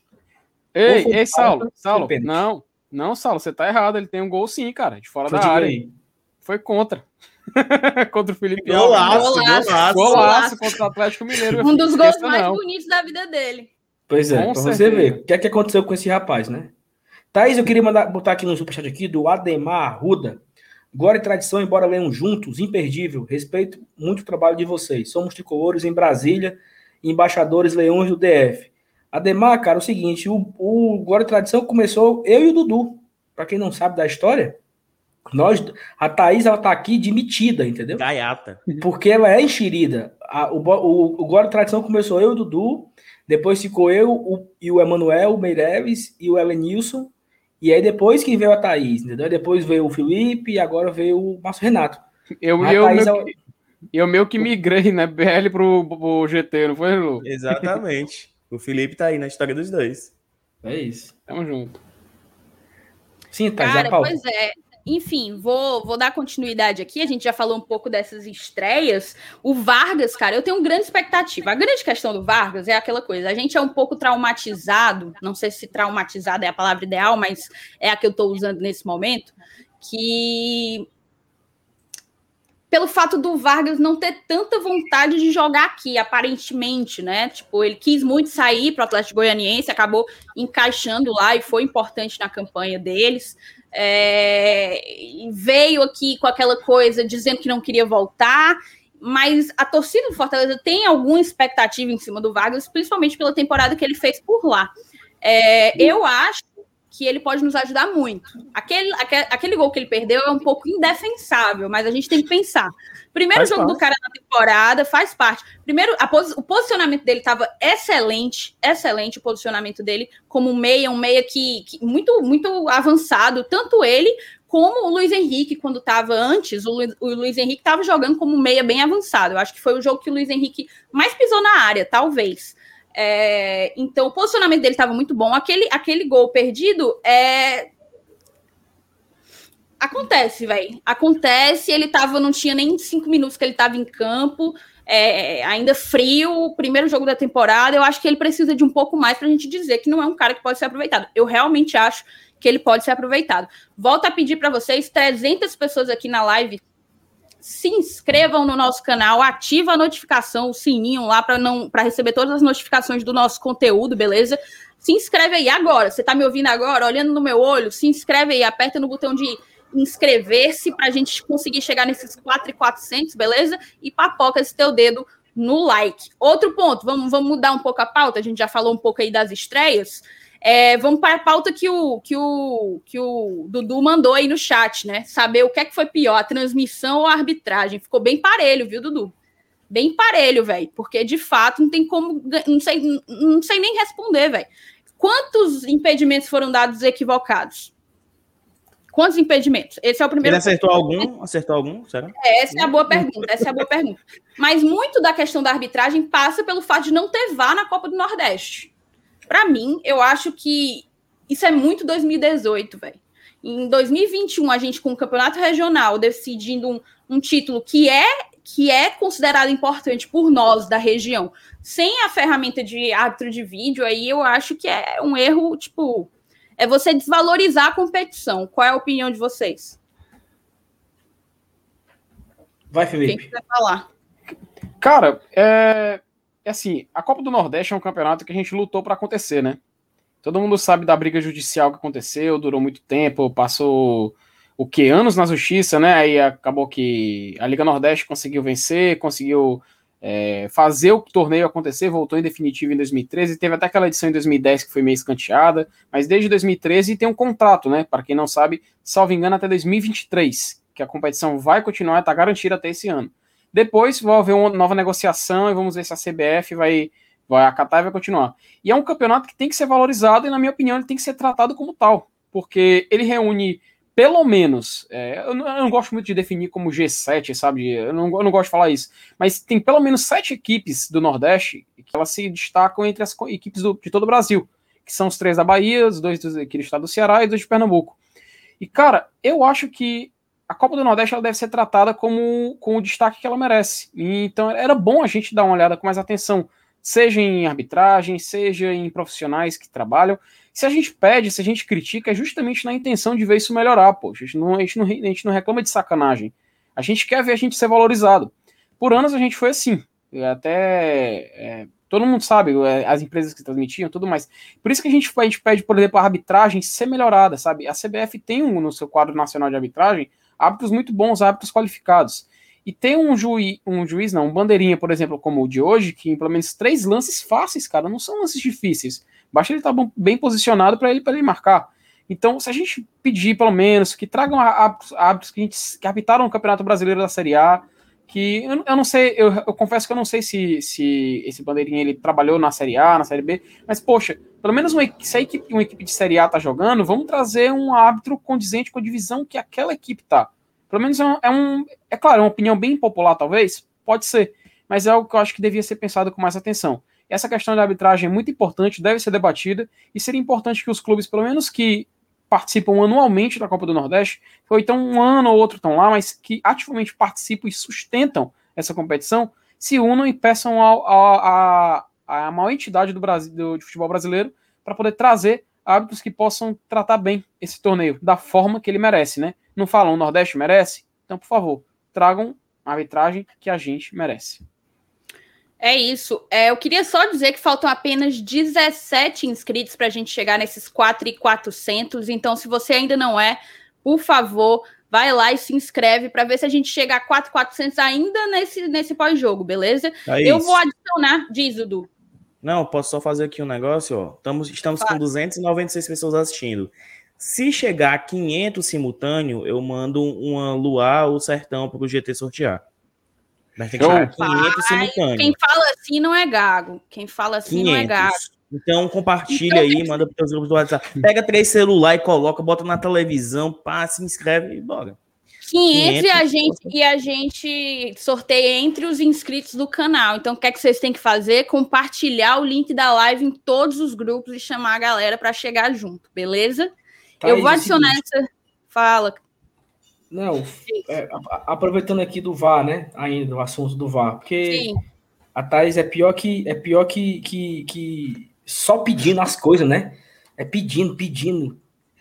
Ei, ei, Saulo, Saulo, não. Não, Saulo, você tá errado. Ele tem um gol sim, cara, de fora Foi da área. Aí. Foi contra. Contra o Felipe Golaço, golaço, golaço, golaço contra o Atlético Mineiro. Um dos gols mais não. bonitos da vida dele. Pois é, com pra certeza. Você ver o que é que aconteceu com esse rapaz, né? Thaís, eu queria mandar, botar aqui no superchat aqui do Ademar Arruda. Glória e tradição, embora leiam juntos, imperdível. Respeito muito o trabalho de vocês. Somos tricolores em Brasília, embaixadores leões do D F. Ademar, cara, é o seguinte, o, o Glória e Tradição começou eu e o Dudu. Pra quem não sabe da história, nós, a Thaís, ela tá aqui demitida, entendeu? Gaiata. Porque ela é enxerida. A, o, o, o Glória e Tradição começou eu e o Dudu, depois ficou eu o, e o Emanuel, o Meireles e o Elenilson, e aí depois que veio a Thaís, entendeu? Depois veio o Felipe e agora veio o Márcio Renato. Eu, eu, Thaís, meu, ela... eu meio que migrei, né, B L pro, pro G T, não foi, Lu? Exatamente. O Felipe tá aí na história dos dois. É isso. Tamo junto. Sim, tá, cara, já, pois é. Enfim, vou, vou dar continuidade aqui. A gente já falou um pouco dessas estreias. O Vargas, cara, eu tenho grande expectativa. A grande questão do Vargas é aquela coisa. A gente é um pouco traumatizado. Não sei se traumatizado é a palavra ideal, mas é a que eu tô usando nesse momento. Que... pelo fato do Vargas não ter tanta vontade de jogar aqui, aparentemente, né? Tipo, ele quis muito sair para o Atlético Goianiense, acabou encaixando lá e foi importante na campanha deles. É, veio aqui com aquela coisa dizendo que não queria voltar, mas a torcida do Fortaleza tem alguma expectativa em cima do Vargas, principalmente pela temporada que ele fez por lá. É, eu acho que ele pode nos ajudar muito. Aquele, aquele, aquele gol que ele perdeu é um pouco indefensável, mas a gente tem que pensar. Primeiro faz jogo parte. do cara na temporada, faz parte. Primeiro, a pos, o posicionamento dele estava excelente, excelente o posicionamento dele, como meia, um meia que, que muito, muito avançado, tanto ele como o Luiz Henrique, quando estava antes, o Luiz, o Luiz Henrique estava jogando como meia bem avançado. Eu acho que foi o jogo que o Luiz Henrique mais pisou na área, talvez. É, então, o posicionamento dele estava muito bom. Aquele, aquele gol perdido é... acontece, velho. Acontece. Ele tava, não tinha nem cinco minutos que ele estava em campo, é, ainda frio, primeiro jogo da temporada. Eu acho que ele precisa de um pouco mais para a gente dizer que não é um cara que pode ser aproveitado. Eu realmente acho que ele pode ser aproveitado. Volto a pedir para vocês, trezentas pessoas aqui na live, se inscrevam no nosso canal, ativa a notificação, o sininho lá para não para receber todas as notificações do nosso conteúdo, beleza? Se inscreve aí agora. Você tá me ouvindo agora, olhando no meu olho, se inscreve aí, aperta no botão de inscrever-se para a gente conseguir chegar nesses quatro mil e quatrocentos, beleza? E papoca esse teu dedo no like. Outro ponto, vamos, vamos mudar um pouco a pauta, a gente já falou um pouco aí das estreias. É, vamos para a pauta que o, que, o, que o Dudu mandou aí no chat, né? Saber o que é que foi pior, a transmissão ou a arbitragem. Ficou bem parelho, viu, Dudu? Bem parelho, velho. Porque, de fato, não tem como... Não sei, não sei nem responder, velho. Quantos impedimentos foram dados equivocados? Quantos impedimentos? Esse é o primeiro... Ele acertou ponto. algum? Acertou algum? Será? É, essa é a boa pergunta. Essa é a boa pergunta. Mas muito da questão da arbitragem passa pelo fato de não ter V A R na Copa do Nordeste. Para mim, eu acho que isso é muito dois mil e dezoito, velho. Em dois mil e vinte e um, a gente com o campeonato regional decidindo um, um título que é, que é considerado importante por nós da região, sem a ferramenta de árbitro de vídeo, aí eu acho que é um erro, tipo, é você desvalorizar a competição. Qual é a opinião de vocês? Vai, Felipe. Quem quiser falar? Cara, é... É assim, a Copa do Nordeste é um campeonato que a gente lutou para acontecer, né? Todo mundo sabe da briga judicial que aconteceu, durou muito tempo, passou o que? Anos na justiça, né? Aí acabou que a Liga Nordeste conseguiu vencer, conseguiu é, fazer o torneio acontecer, voltou em definitivo em dois mil e treze, teve até aquela edição em dois mil e dez que foi meio escanteada, mas desde dois mil e treze tem um contrato, né? Para quem não sabe, salvo engano, até dois mil e vinte e três, que a competição vai continuar, está garantida até esse ano. Depois vai haver uma nova negociação e vamos ver se a C B F vai, vai acatar e vai continuar. E é um campeonato que tem que ser valorizado e, na minha opinião, ele tem que ser tratado como tal, porque ele reúne, pelo menos, é, eu, não, eu não gosto muito de definir como G sete, sabe? Eu não, eu não gosto de falar isso, mas tem pelo menos sete equipes do Nordeste que elas se destacam entre as equipes do, de todo o Brasil, que são os três da Bahia, os dois do, aqui do estado do Ceará e dois de Pernambuco. E, cara, eu acho que a Copa do Nordeste ela deve ser tratada como, com o destaque que ela merece. E, então era bom a gente dar uma olhada com mais atenção, seja em arbitragem, seja em profissionais que trabalham. Se a gente pede, se a gente critica, é justamente na intenção de ver isso melhorar. Pô. A, gente não, a, gente não, a gente não reclama de sacanagem. A gente quer ver a gente ser valorizado. Por anos a gente foi assim. Até... É, todo mundo sabe, as empresas que transmitiam, tudo mais. Por isso que a gente, a gente pede, por exemplo, a arbitragem ser melhorada, sabe? A C B F tem um, no seu quadro nacional de arbitragem, árbitros muito bons, árbitros qualificados. E tem um, juiz, um juiz, não, um bandeirinha, por exemplo, como o de hoje, que em pelo menos três lances fáceis, cara, não são lances difíceis. Basta ele estar bem posicionado para ele, para ele marcar. Então, se a gente pedir, pelo menos, que tragam árbitros, árbitros que, a gente, que arbitaram o Campeonato Brasileiro da Série A, que eu, eu não sei, eu, eu confesso que eu não sei se, se esse bandeirinha ele trabalhou na Série A, na Série B, mas, poxa, pelo menos uma, se a equipe, uma equipe de Série A tá jogando, vamos trazer um árbitro condizente com a divisão que aquela equipe tá. Pelo menos é um, é um, é claro, é uma opinião bem popular, talvez, pode ser, mas é algo que eu acho que devia ser pensado com mais atenção. Essa questão da arbitragem é muito importante, deve ser debatida, e seria importante que os clubes, pelo menos que participam anualmente da Copa do Nordeste, ou então um ano ou outro estão lá, mas que ativamente participam e sustentam essa competição, se unam e peçam a, a, a, a maior entidade do Brasil, do, de futebol brasileiro para poder trazer árbitros que possam tratar bem esse torneio, da forma que ele merece, né? Não falam, o Nordeste merece? Então, por favor, tragam a arbitragem que a gente merece. É isso. É, eu queria só dizer que faltam apenas dezessete inscritos para a gente chegar nesses quatro mil e quatrocentos. Então, se você ainda não é, por favor, vai lá e se inscreve para ver se a gente chega a quatro mil e quatrocentos ainda nesse, nesse pós-jogo, beleza? É eu isso. vou adicionar, diz, Dudu. Não, posso só fazer aqui um negócio, ó. Estamos, estamos com duzentas e noventa e seis pessoas assistindo. Se chegar a quinhentos simultâneo, eu mando uma Luar ou Sertão para o G T sortear. Mas tem que chegar a quinhentos simultâneo. Quem fala assim não é gago. Quem fala assim quinhentos. Não é gago. Então compartilha então, aí, manda para os grupos do WhatsApp. Pega três celulares e coloca, bota na televisão, pá, se inscreve e bora. quinhentos, quinhentos e a gente e a gente sorteia entre os inscritos do canal. Então, o que é que vocês têm que fazer? Compartilhar o link da live em todos os grupos e chamar a galera para chegar junto, beleza? Tá, eu vou adicionar é essa... Fala. Não, é, aproveitando aqui do V A R, né? Ainda, o assunto do V A R. Porque Sim. a Thaís é pior que é pior que, que, que só pedindo as coisas, né? É pedindo, pedindo.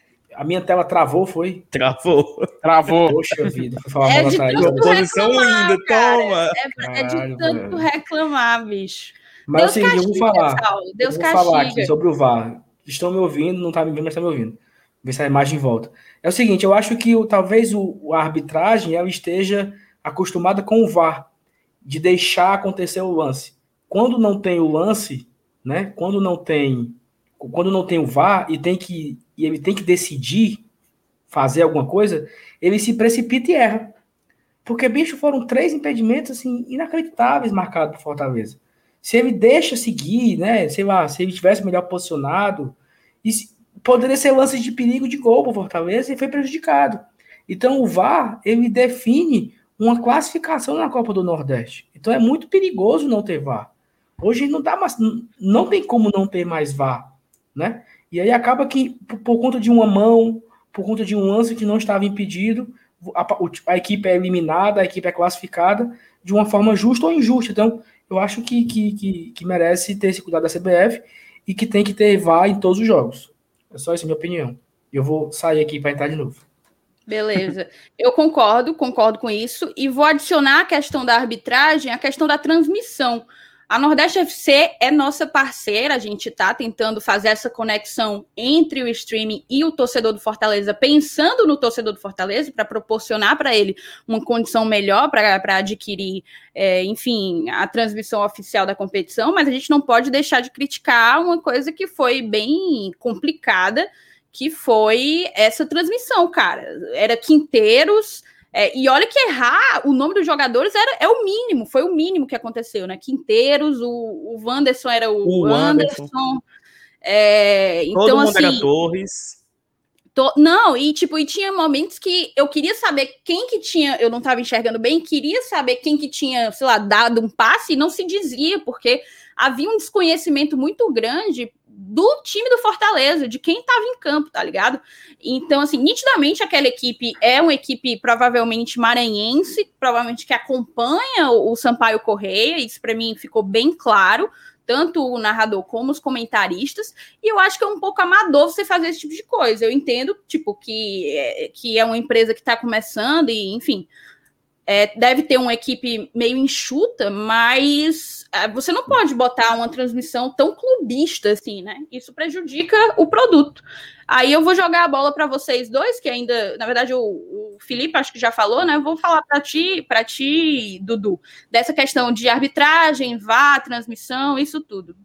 A minha tela travou, foi? Travou. Travou. Poxa vida. Foi falar é de Thaís, tanto posição linda, toma. É, Caralho, é de tanto velho. reclamar, bicho. Mas Deus assim, castiga, eu vou falar. Deus eu vou castiga. falar aqui sobre o V A R. Estão me ouvindo, não tá me vendo, mas estão me ouvindo. Ver se a imagem volta. É o seguinte, eu acho que o, talvez o, a arbitragem ela esteja acostumada com o V A R, de deixar acontecer o lance. Quando não tem o lance, né? Quando não tem, quando não tem o V A R e tem que e ele tem que decidir fazer alguma coisa, ele se precipita e erra. Porque, bicho, foram três impedimentos assim inacreditáveis marcados por Fortaleza. Se ele deixa seguir, né? Sei lá, se ele tivesse melhor posicionado, e se, poderia ser lance de perigo de gol para o Fortaleza e foi prejudicado. Então o V A R, ele define uma classificação na Copa do Nordeste. Então é muito perigoso não ter V A R. Hoje não dá mais, não tem como não ter mais V A R, né? E aí acaba que, por, por conta de uma mão, por conta de um lance que não estava impedido, a, a equipe é eliminada, a equipe é classificada de uma forma justa ou injusta. Então eu acho que, que, que, que merece ter esse cuidado da C B F e que tem que ter V A R em todos os jogos. É só essa a minha opinião. Eu vou sair aqui para entrar de novo. Beleza. Eu concordo, concordo com isso. E vou adicionar a questão da arbitragem, a questão da transmissão. A Nordeste F C é nossa parceira, a gente está tentando fazer essa conexão entre o streaming e o torcedor do Fortaleza, pensando no torcedor do Fortaleza, para proporcionar para ele uma condição melhor para adquirir, é, enfim, a transmissão oficial da competição, mas a gente não pode deixar de criticar uma coisa que foi bem complicada, que foi essa transmissão, cara. Era Quinteiros... É, e olha que errar o nome dos jogadores era, é o mínimo, foi o mínimo que aconteceu, né? Quinteiros, o, o Wanderson era o, o Anderson. Anderson é, então, todo mundo assim, era Torres. To, não, e tipo, e tinha momentos que eu queria saber quem que tinha, eu não estava enxergando bem, queria saber quem que tinha, sei lá, dado um passe e não se dizia, porque havia um desconhecimento muito grande do time do Fortaleza, de quem estava em campo, tá ligado? Então, assim, nitidamente aquela equipe é uma equipe provavelmente maranhense, provavelmente que acompanha o, o Sampaio Correia, isso para mim ficou bem claro, tanto o narrador como os comentaristas, e eu acho que é um pouco amador você fazer esse tipo de coisa. Eu entendo, tipo, que é, que é uma empresa que está começando e, enfim, é, deve ter uma equipe meio enxuta, mas é, você não pode botar uma transmissão tão clubista assim, né? Isso prejudica o produto. Aí eu vou jogar a bola para vocês dois, que ainda, na verdade, o, o Felipe acho que já falou, né? Eu vou falar para ti, para ti, Dudu, dessa questão de arbitragem, V A R, transmissão, isso tudo.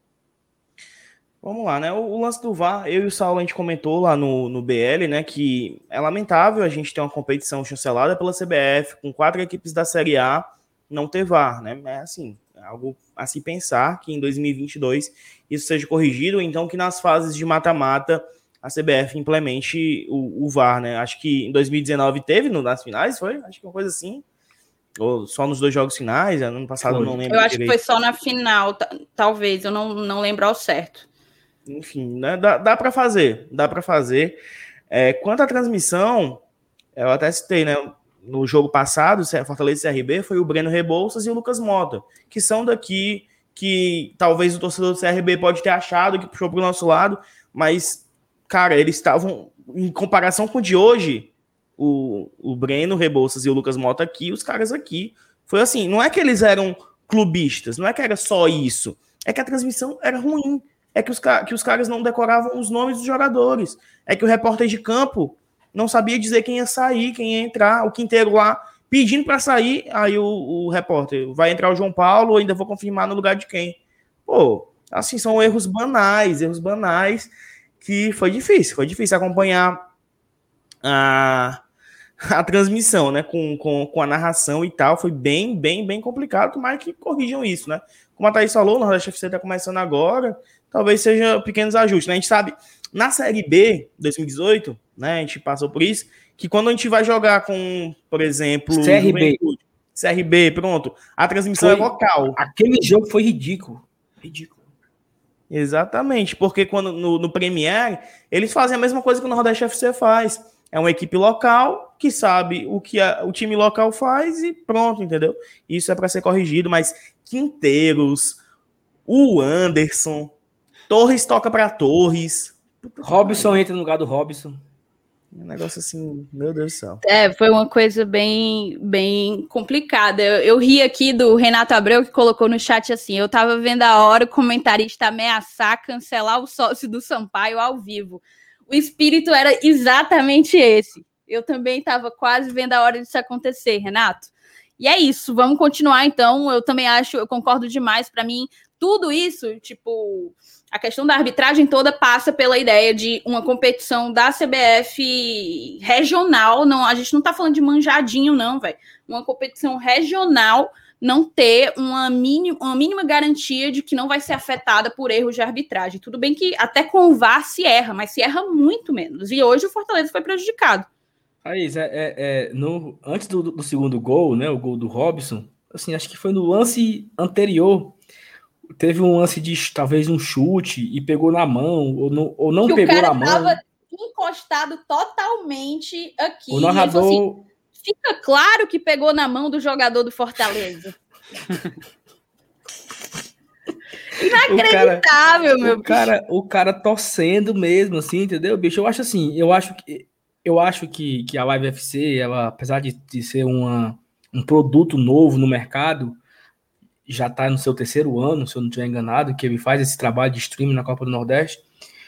Vamos lá, né? O, o lance do V A R, eu e o Saulo, a gente comentou lá no, no B L, né? Que é lamentável a gente ter uma competição chancelada pela C B F, com quatro equipes da Série A, não ter V A R, né? É assim, é algo a se pensar que em dois mil e vinte e dois isso seja corrigido, ou então que nas fases de mata-mata a C B F implemente o, o V A R, né? Acho que em dois mil e dezenove teve no, nas finais, foi? Acho que uma coisa assim. Ou só nos dois jogos finais, ano passado foi. Eu não lembro. Eu acho direito. Que foi só na final, t- talvez, eu não, não lembro ao certo. Enfim, né? dá, dá para fazer, dá para fazer. É, quanto à transmissão, eu até citei, né? No jogo passado, Fortaleza e C R B, foi o Breno Rebouças e o Lucas Mota, que são daqui, que talvez o torcedor do C R B pode ter achado que puxou pro nosso lado, mas, cara, eles estavam, em comparação com o de hoje, o, o Breno Rebouças e o Lucas Mota aqui, os caras aqui. Foi assim, não é que eles eram clubistas, não é que era só isso. É que a transmissão era ruim. É que os, que os caras não decoravam os nomes dos jogadores. É que o repórter de campo não sabia dizer quem ia sair, quem ia entrar. O Quinteiro lá pedindo para sair, aí o, o repórter, vai entrar o João Paulo, ainda vou confirmar no lugar de quem? Pô, assim, são erros banais, erros banais, que foi difícil, foi difícil acompanhar a, a transmissão, né, com, com, com a narração e tal, foi bem, bem, bem complicado, tomara que corrijam isso, né? Como a Thaís falou, o Nordeste F C tá começando agora, talvez seja pequenos ajustes, né? A gente sabe, na Série B, dois mil e dezoito, né, a gente passou por isso, que quando a gente vai jogar com, por exemplo, C R B, C R B, pronto, a transmissão foi, é local. Aquele jogo foi ridículo. Ridículo. Exatamente, porque quando no, no Premier, eles fazem a mesma coisa que o Nordeste F C faz. É uma equipe local que sabe o que a, o time local faz e pronto, entendeu? Isso é para ser corrigido, mas Quinteiros, o Anderson, Torres toca para Torres. Robson entra no lugar do Robson. Um negócio assim, meu Deus do céu. É, foi uma coisa bem, bem complicada. Eu, eu ri aqui do Renato Abreu, que colocou no chat assim, eu tava vendo a hora o comentarista ameaçar cancelar o sócio do Sampaio ao vivo. O espírito era exatamente esse. Eu também tava quase vendo a hora disso acontecer, Renato. E é isso, vamos continuar então. Eu também acho, eu concordo demais. Para mim, tudo isso, tipo... A questão da arbitragem toda passa pela ideia de uma competição da C B F regional. Não, a gente não tá falando de manjadinho, não, velho. Uma competição regional não ter uma mínima, uma mínima garantia de que não vai ser afetada por erros de arbitragem. Tudo bem que até com o V A R se erra, mas se erra muito menos. E hoje o Fortaleza foi prejudicado. Aí, é, é, é, no, antes do, do segundo gol, né, o gol do Robson, assim, acho que foi no lance anterior. Teve um lance de talvez um chute e pegou na mão, ou não, ou não pegou na mão. O cara tava encostado totalmente aqui. O narrador... Assim, fica claro que pegou na mão do jogador do Fortaleza. Inacreditável, o cara, meu o cara, o cara torcendo mesmo, assim, entendeu, bicho? Eu acho assim, eu acho que, eu acho que, que a Live F C, ela, apesar de, de ser uma, um produto novo no mercado, já está no seu terceiro ano, se eu não estiver enganado, que ele faz esse trabalho de streaming na Copa do Nordeste,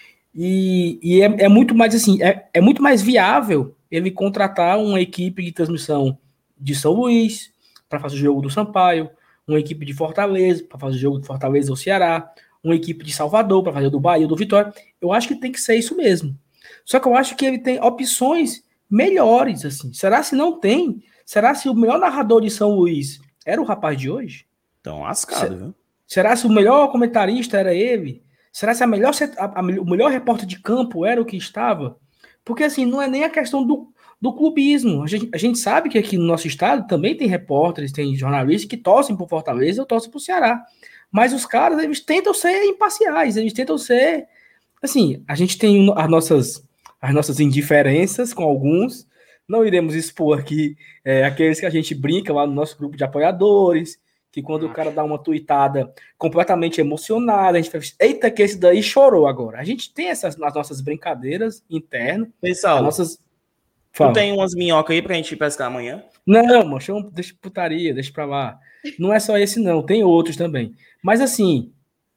e, e é, é muito mais assim, é, é muito mais viável ele contratar uma equipe de transmissão de São Luís para fazer o jogo do Sampaio, uma equipe de Fortaleza para fazer o jogo do Fortaleza ou Ceará, uma equipe de Salvador para fazer o do Bahia ou do Vitória. Eu acho que tem que ser isso mesmo. Só que eu acho que ele tem opções melhores, assim. Será se não tem? Será se o melhor narrador de São Luís era o rapaz de hoje? Tão lascado, viu? Será se o melhor comentarista era ele? Será se a melhor, a, a, o melhor repórter de campo era o que estava? Porque, assim, não é nem a questão do, do clubismo. A gente, a gente sabe que aqui no nosso estado também tem repórteres, tem jornalistas que torcem por Fortaleza ou torcem por Ceará. Mas os caras, eles tentam ser imparciais, eles tentam ser... Assim, a gente tem as nossas, as nossas indiferenças com alguns. Não iremos expor aqui é, aqueles que a gente brinca lá no nosso grupo de apoiadores, que quando o cara dá uma tuitada completamente emocionada, a gente fala, eita, que esse daí chorou agora. A gente tem essas as nossas brincadeiras internas. Pessoal, nossas... tu tem umas minhocas aí pra gente pescar amanhã? Não, mano, deixa putaria, deixa pra lá. Não é só esse não, tem outros também. Mas assim,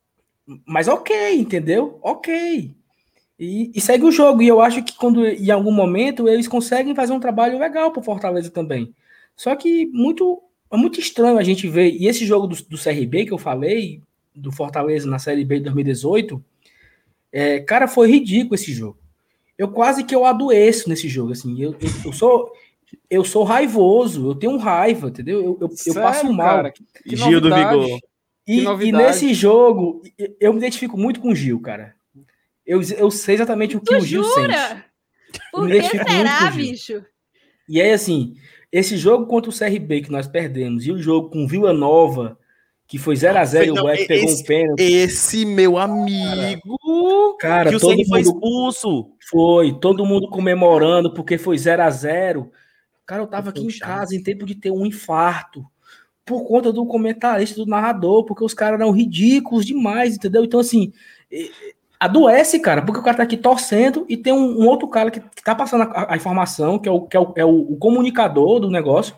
mas ok, entendeu? Ok. E, e segue o jogo. E eu acho que quando em algum momento eles conseguem fazer um trabalho legal pro Fortaleza também. Só que muito... É muito estranho a gente ver, e esse jogo do, do C R B que eu falei, do Fortaleza na Série B de dois mil e dezoito, é, cara, foi ridículo esse jogo. Eu quase que eu adoeço nesse jogo, assim, eu, eu, eu sou eu sou raivoso, eu tenho raiva, entendeu? Eu, eu, Sério, eu passo mal. Cara, que, que Gil do Vigor. E, e nesse jogo, eu me identifico muito com o Gil, cara. Eu, eu sei exatamente o que tu o Gil jura? sente. Por que será, bicho? E aí, assim... Esse jogo contra o C R B que nós perdemos e o jogo com Vila Nova, que foi zero a zero e o Black pegou um pênalti. Esse, meu amigo, cara, que o todo mundo foi expulso. Foi, todo mundo comemorando porque foi zero a zero. Cara, eu tava aqui em casa em tempo de ter um infarto por conta do comentarista, do narrador, porque os caras eram ridículos demais, entendeu? Então, assim, adoece, cara, porque o cara tá aqui torcendo e tem um, um outro cara que, que tá passando a, a informação, que é, o, que é, o, é o, o comunicador do negócio,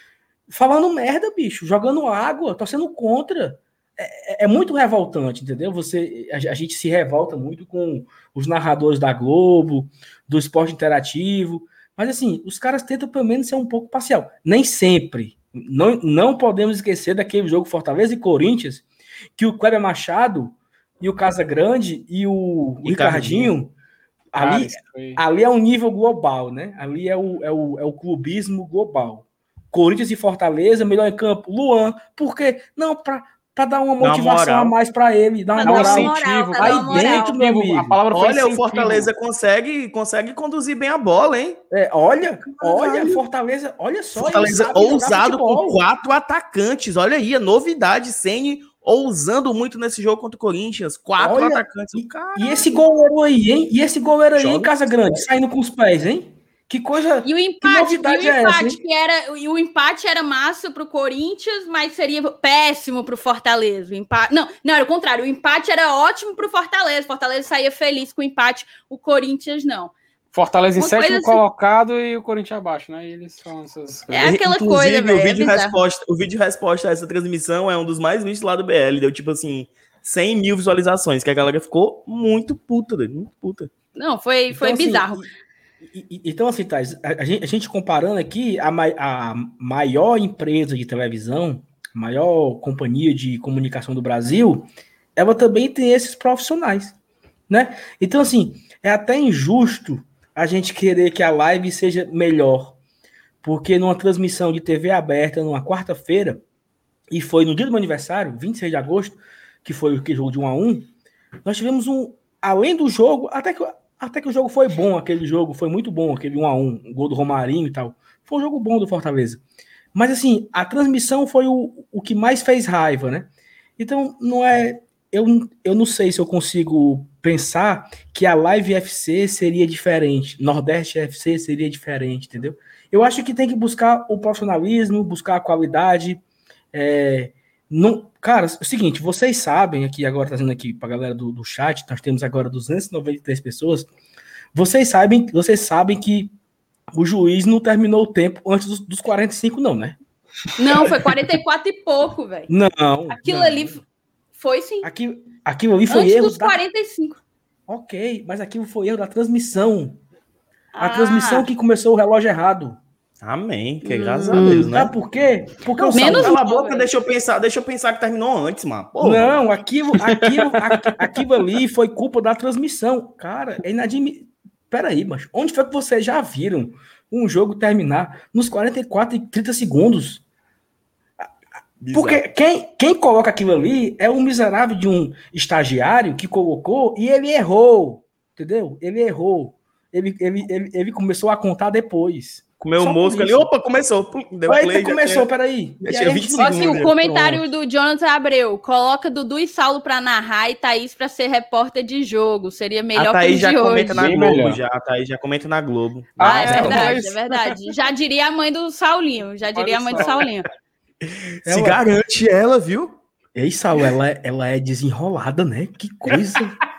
falando merda, bicho, jogando água, torcendo contra. É, é muito revoltante, entendeu? Você, a, a gente se revolta muito com os narradores da Globo, do esporte interativo, mas assim, os caras tentam pelo menos ser um pouco parcial. Nem sempre. Não, não podemos esquecer daquele jogo Fortaleza e Corinthians, que o Kleber Machado e o Casagrande e o Ricardinho, ali, foi... ali é um nível global, né? Ali é o, é o, é o clubismo global. Corinthians e Fortaleza, melhor em campo, Luan, porque não, para para dar uma motivação uma a mais para ele, dar uma pra moral, incentivo, aí moral. Dentro, meu amigo. A palavra olha, incentivo. O Fortaleza consegue, consegue conduzir bem a bola, hein? É, olha, olha, Fortaleza, olha só. Fortaleza ousado com quatro atacantes, olha aí, a novidade, Ceni ousando muito nesse jogo contra o Corinthians, quatro olha, atacantes. E, e esse goleiro aí, hein? E esse goleiro aí, em Casa Grande, saindo com os pés, hein? Que coisa. E o empate, que, e o empate é essa, que era, e o empate era massa pro Corinthians, mas seria péssimo pro Fortaleza. O empate, não, não, era o contrário. O empate era ótimo pro Fortaleza. Fortaleza saía feliz com o empate, o Corinthians não. Fortaleza em sétimo assim... colocado e o Corinthians abaixo, né? E eles são essas coisas. É aquela Inclusive, coisa, velho. O vídeo, é resposta, o vídeo resposta a essa transmissão é um dos mais vistos lá do B L. Deu tipo assim, cem mil visualizações, que a galera ficou muito puta, velho. Muito puta. Não, foi, foi então, bizarro. Assim, e, e, então, assim, Thais, a, a, gente, a gente comparando aqui, a, a maior empresa de televisão, a maior companhia de comunicação do Brasil, ela também tem esses profissionais, né? Então, assim, é até injusto a gente querer que a live seja melhor, porque numa transmissão de T V aberta, numa quarta-feira, e foi no dia do meu aniversário, vinte e seis de agosto, que foi o que jogo de um a um, nós tivemos um, além do jogo, até que Até que o jogo foi bom, aquele jogo foi muito bom, aquele um a um, o gol do Romarinho e tal. Foi um jogo bom do Fortaleza. Mas, assim, a transmissão foi o, o que mais fez raiva, né? Então, não é... Eu, eu não sei se eu consigo pensar que a Live F C seria diferente, Nordeste F C seria diferente, entendeu? Eu acho que tem que buscar o profissionalismo, buscar a qualidade. É, não, cara, é o seguinte, vocês sabem, aqui agora trazendo aqui para a galera do, do chat, nós temos agora duzentas e noventa e três pessoas, vocês sabem, vocês sabem que o juiz não terminou o tempo antes dos, dos quarenta e cinco, não, né? Não, foi quarenta e quatro e pouco, velho. Não. Aquilo não. ali foi sim. Aquilo, aquilo ali foi antes erro dos da... quarenta e cinco. Ok, mas aquilo foi erro da transmissão. A ah. transmissão que começou o relógio errado. Amém, que hum. graças a Deus, né? Sabe por quê? Porque o menos cala a boca, deixa eu pensar, deixa eu pensar que terminou antes, mano. Porra. Não, aquilo, aquilo, aquilo ali foi culpa da transmissão. Cara, é inadmissível. Peraí, mas onde foi que vocês já viram um jogo terminar nos quarenta e quatro e trinta segundos? Bizarro. Porque quem, quem coloca aquilo ali é um miserável de um estagiário que colocou e ele errou, entendeu? Ele errou. Ele, ele, ele, ele começou a contar depois. Comeu o mosco ali, opa, começou. Deu Eita, play, começou, peraí. Só assim, o comentário pronto. Do Jonathan Abreu, coloca Dudu e Saulo pra narrar e Thaís pra ser repórter de jogo, seria melhor a Thaís que o já de comenta hoje. na Globo, já, a Thaís já comenta na Globo. Ah, ah é verdade, é verdade. Já diria a mãe do Saulinho, já diria a mãe do Saulinho. Se ela... garante ela, viu? Ei, Saulo, ela, ela é desenrolada, né? Que coisa...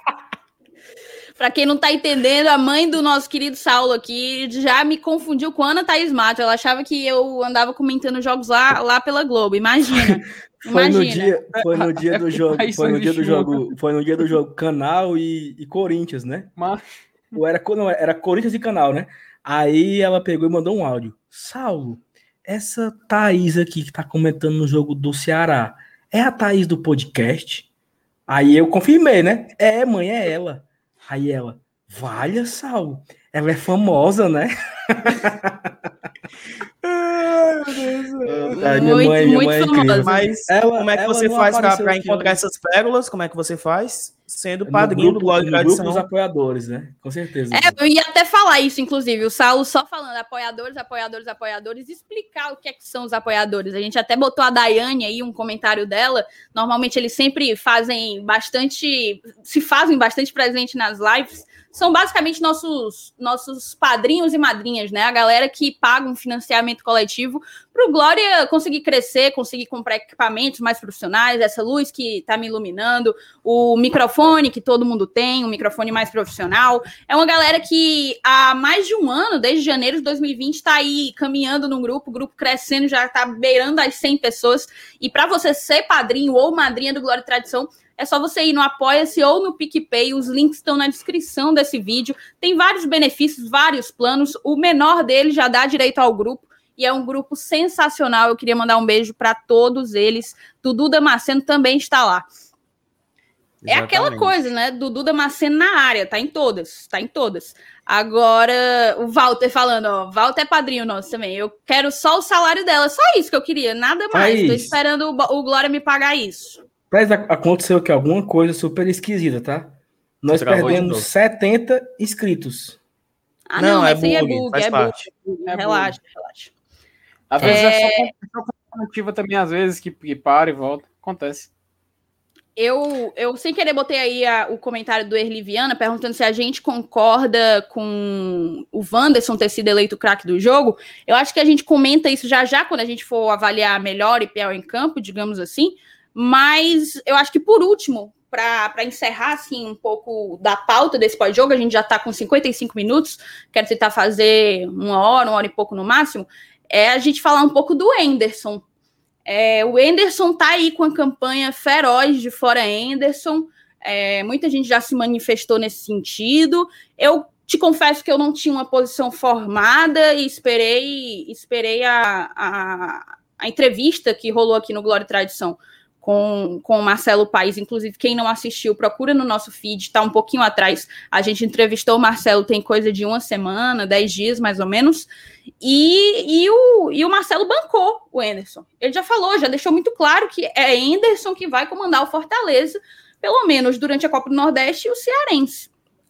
Pra quem não tá entendendo, a mãe do nosso querido Saulo aqui já me confundiu com Ana Thaís Mato. Ela achava que eu andava comentando jogos lá, lá pela Globo. Imagina. Foi Imagina. no dia, foi no dia do jogo, foi no dia do jogo, foi no dia do jogo Canal e, e Corinthians, né? Mas... Ou era, não, era Corinthians e Canal, né? Aí ela pegou e mandou um áudio. Saulo, essa Thaís aqui que tá comentando no jogo do Ceará, é a Thaís do podcast? Aí eu confirmei, né? É, mãe, é ela. Aí ela, valha, Saulo, ela é famosa, né? Ai, meu Deus. Ai, minha muito, mãe, minha muito mãe é famosa. Mas ela, como é que você faz para encontrar essas pérolas? Como é que você faz? Sendo padrinho grupo, do Glória e Tradição. Dos apoiadores, né? Com certeza. É, eu ia até falar isso, inclusive. O Saulo só falando apoiadores, apoiadores, apoiadores, explicar o que é que são os apoiadores. A gente até botou a Daiane aí, um comentário dela. Normalmente eles sempre fazem bastante, se fazem bastante presente nas lives. São basicamente nossos, nossos padrinhos e madrinhas, né? A galera que paga um financiamento coletivo para o Glória conseguir crescer, conseguir comprar equipamentos mais profissionais, essa luz que está me iluminando, o microfone microfone, que todo mundo tem, um microfone mais profissional. É uma galera que há mais de um ano, desde janeiro de dois mil e vinte, está aí caminhando num grupo, o grupo crescendo, já está beirando as cem pessoas. E para você ser padrinho ou madrinha do Glória e Tradição, é só você ir no Apoia-se ou no PicPay, os links estão na descrição desse vídeo. Tem vários benefícios, vários planos, o menor deles já dá direito ao grupo, e é um grupo sensacional. Eu queria mandar um beijo para todos eles. Dudu Damasceno também está lá. Exatamente. É aquela coisa, né? Dudu Damasceno na área, tá em todas, tá em todas. Agora, o Walter falando, ó, Walter é padrinho nosso também. Eu quero só o salário dela, só isso que eu queria, nada mais. Tô esperando o, o Glória me pagar isso. Mas aconteceu que alguma coisa super esquisita, tá? Nós Você perdemos setenta inscritos. Ah, não, não é bug, é bug, faz é parte. Bug. É relaxa, bug. relaxa. Às vezes é, é só coletiva também, às vezes, que, que para e volta. Acontece. Eu, eu sem querer, botei aí a, o comentário do Erli Viana perguntando se a gente concorda com o Wanderson ter sido eleito o craque do jogo. Eu acho que a gente comenta isso já já, quando a gente for avaliar melhor e pior em campo, digamos assim. Mas eu acho que, por último, para encerrar assim, um pouco da pauta desse pós-jogo, a gente já está com cinquenta e cinco minutos, quero tentar fazer uma hora, uma hora e pouco no máximo, é a gente falar um pouco do Enderson. É, o Enderson tá aí com a campanha feroz de Fora Enderson, é, muita gente já se manifestou nesse sentido. Eu te confesso que eu não tinha uma posição formada e esperei, esperei a, a, a entrevista que rolou aqui no Glória e Tradição com, com o Marcelo Paes. Inclusive, quem não assistiu, procura no nosso feed, tá um pouquinho atrás. A gente entrevistou o Marcelo tem coisa de uma semana, dez dias mais ou menos, e, e, o, e o Marcelo bancou o Enderson. Ele já falou, já deixou muito claro que é Enderson que vai comandar o Fortaleza, pelo menos durante a Copa do Nordeste, e o Cearense.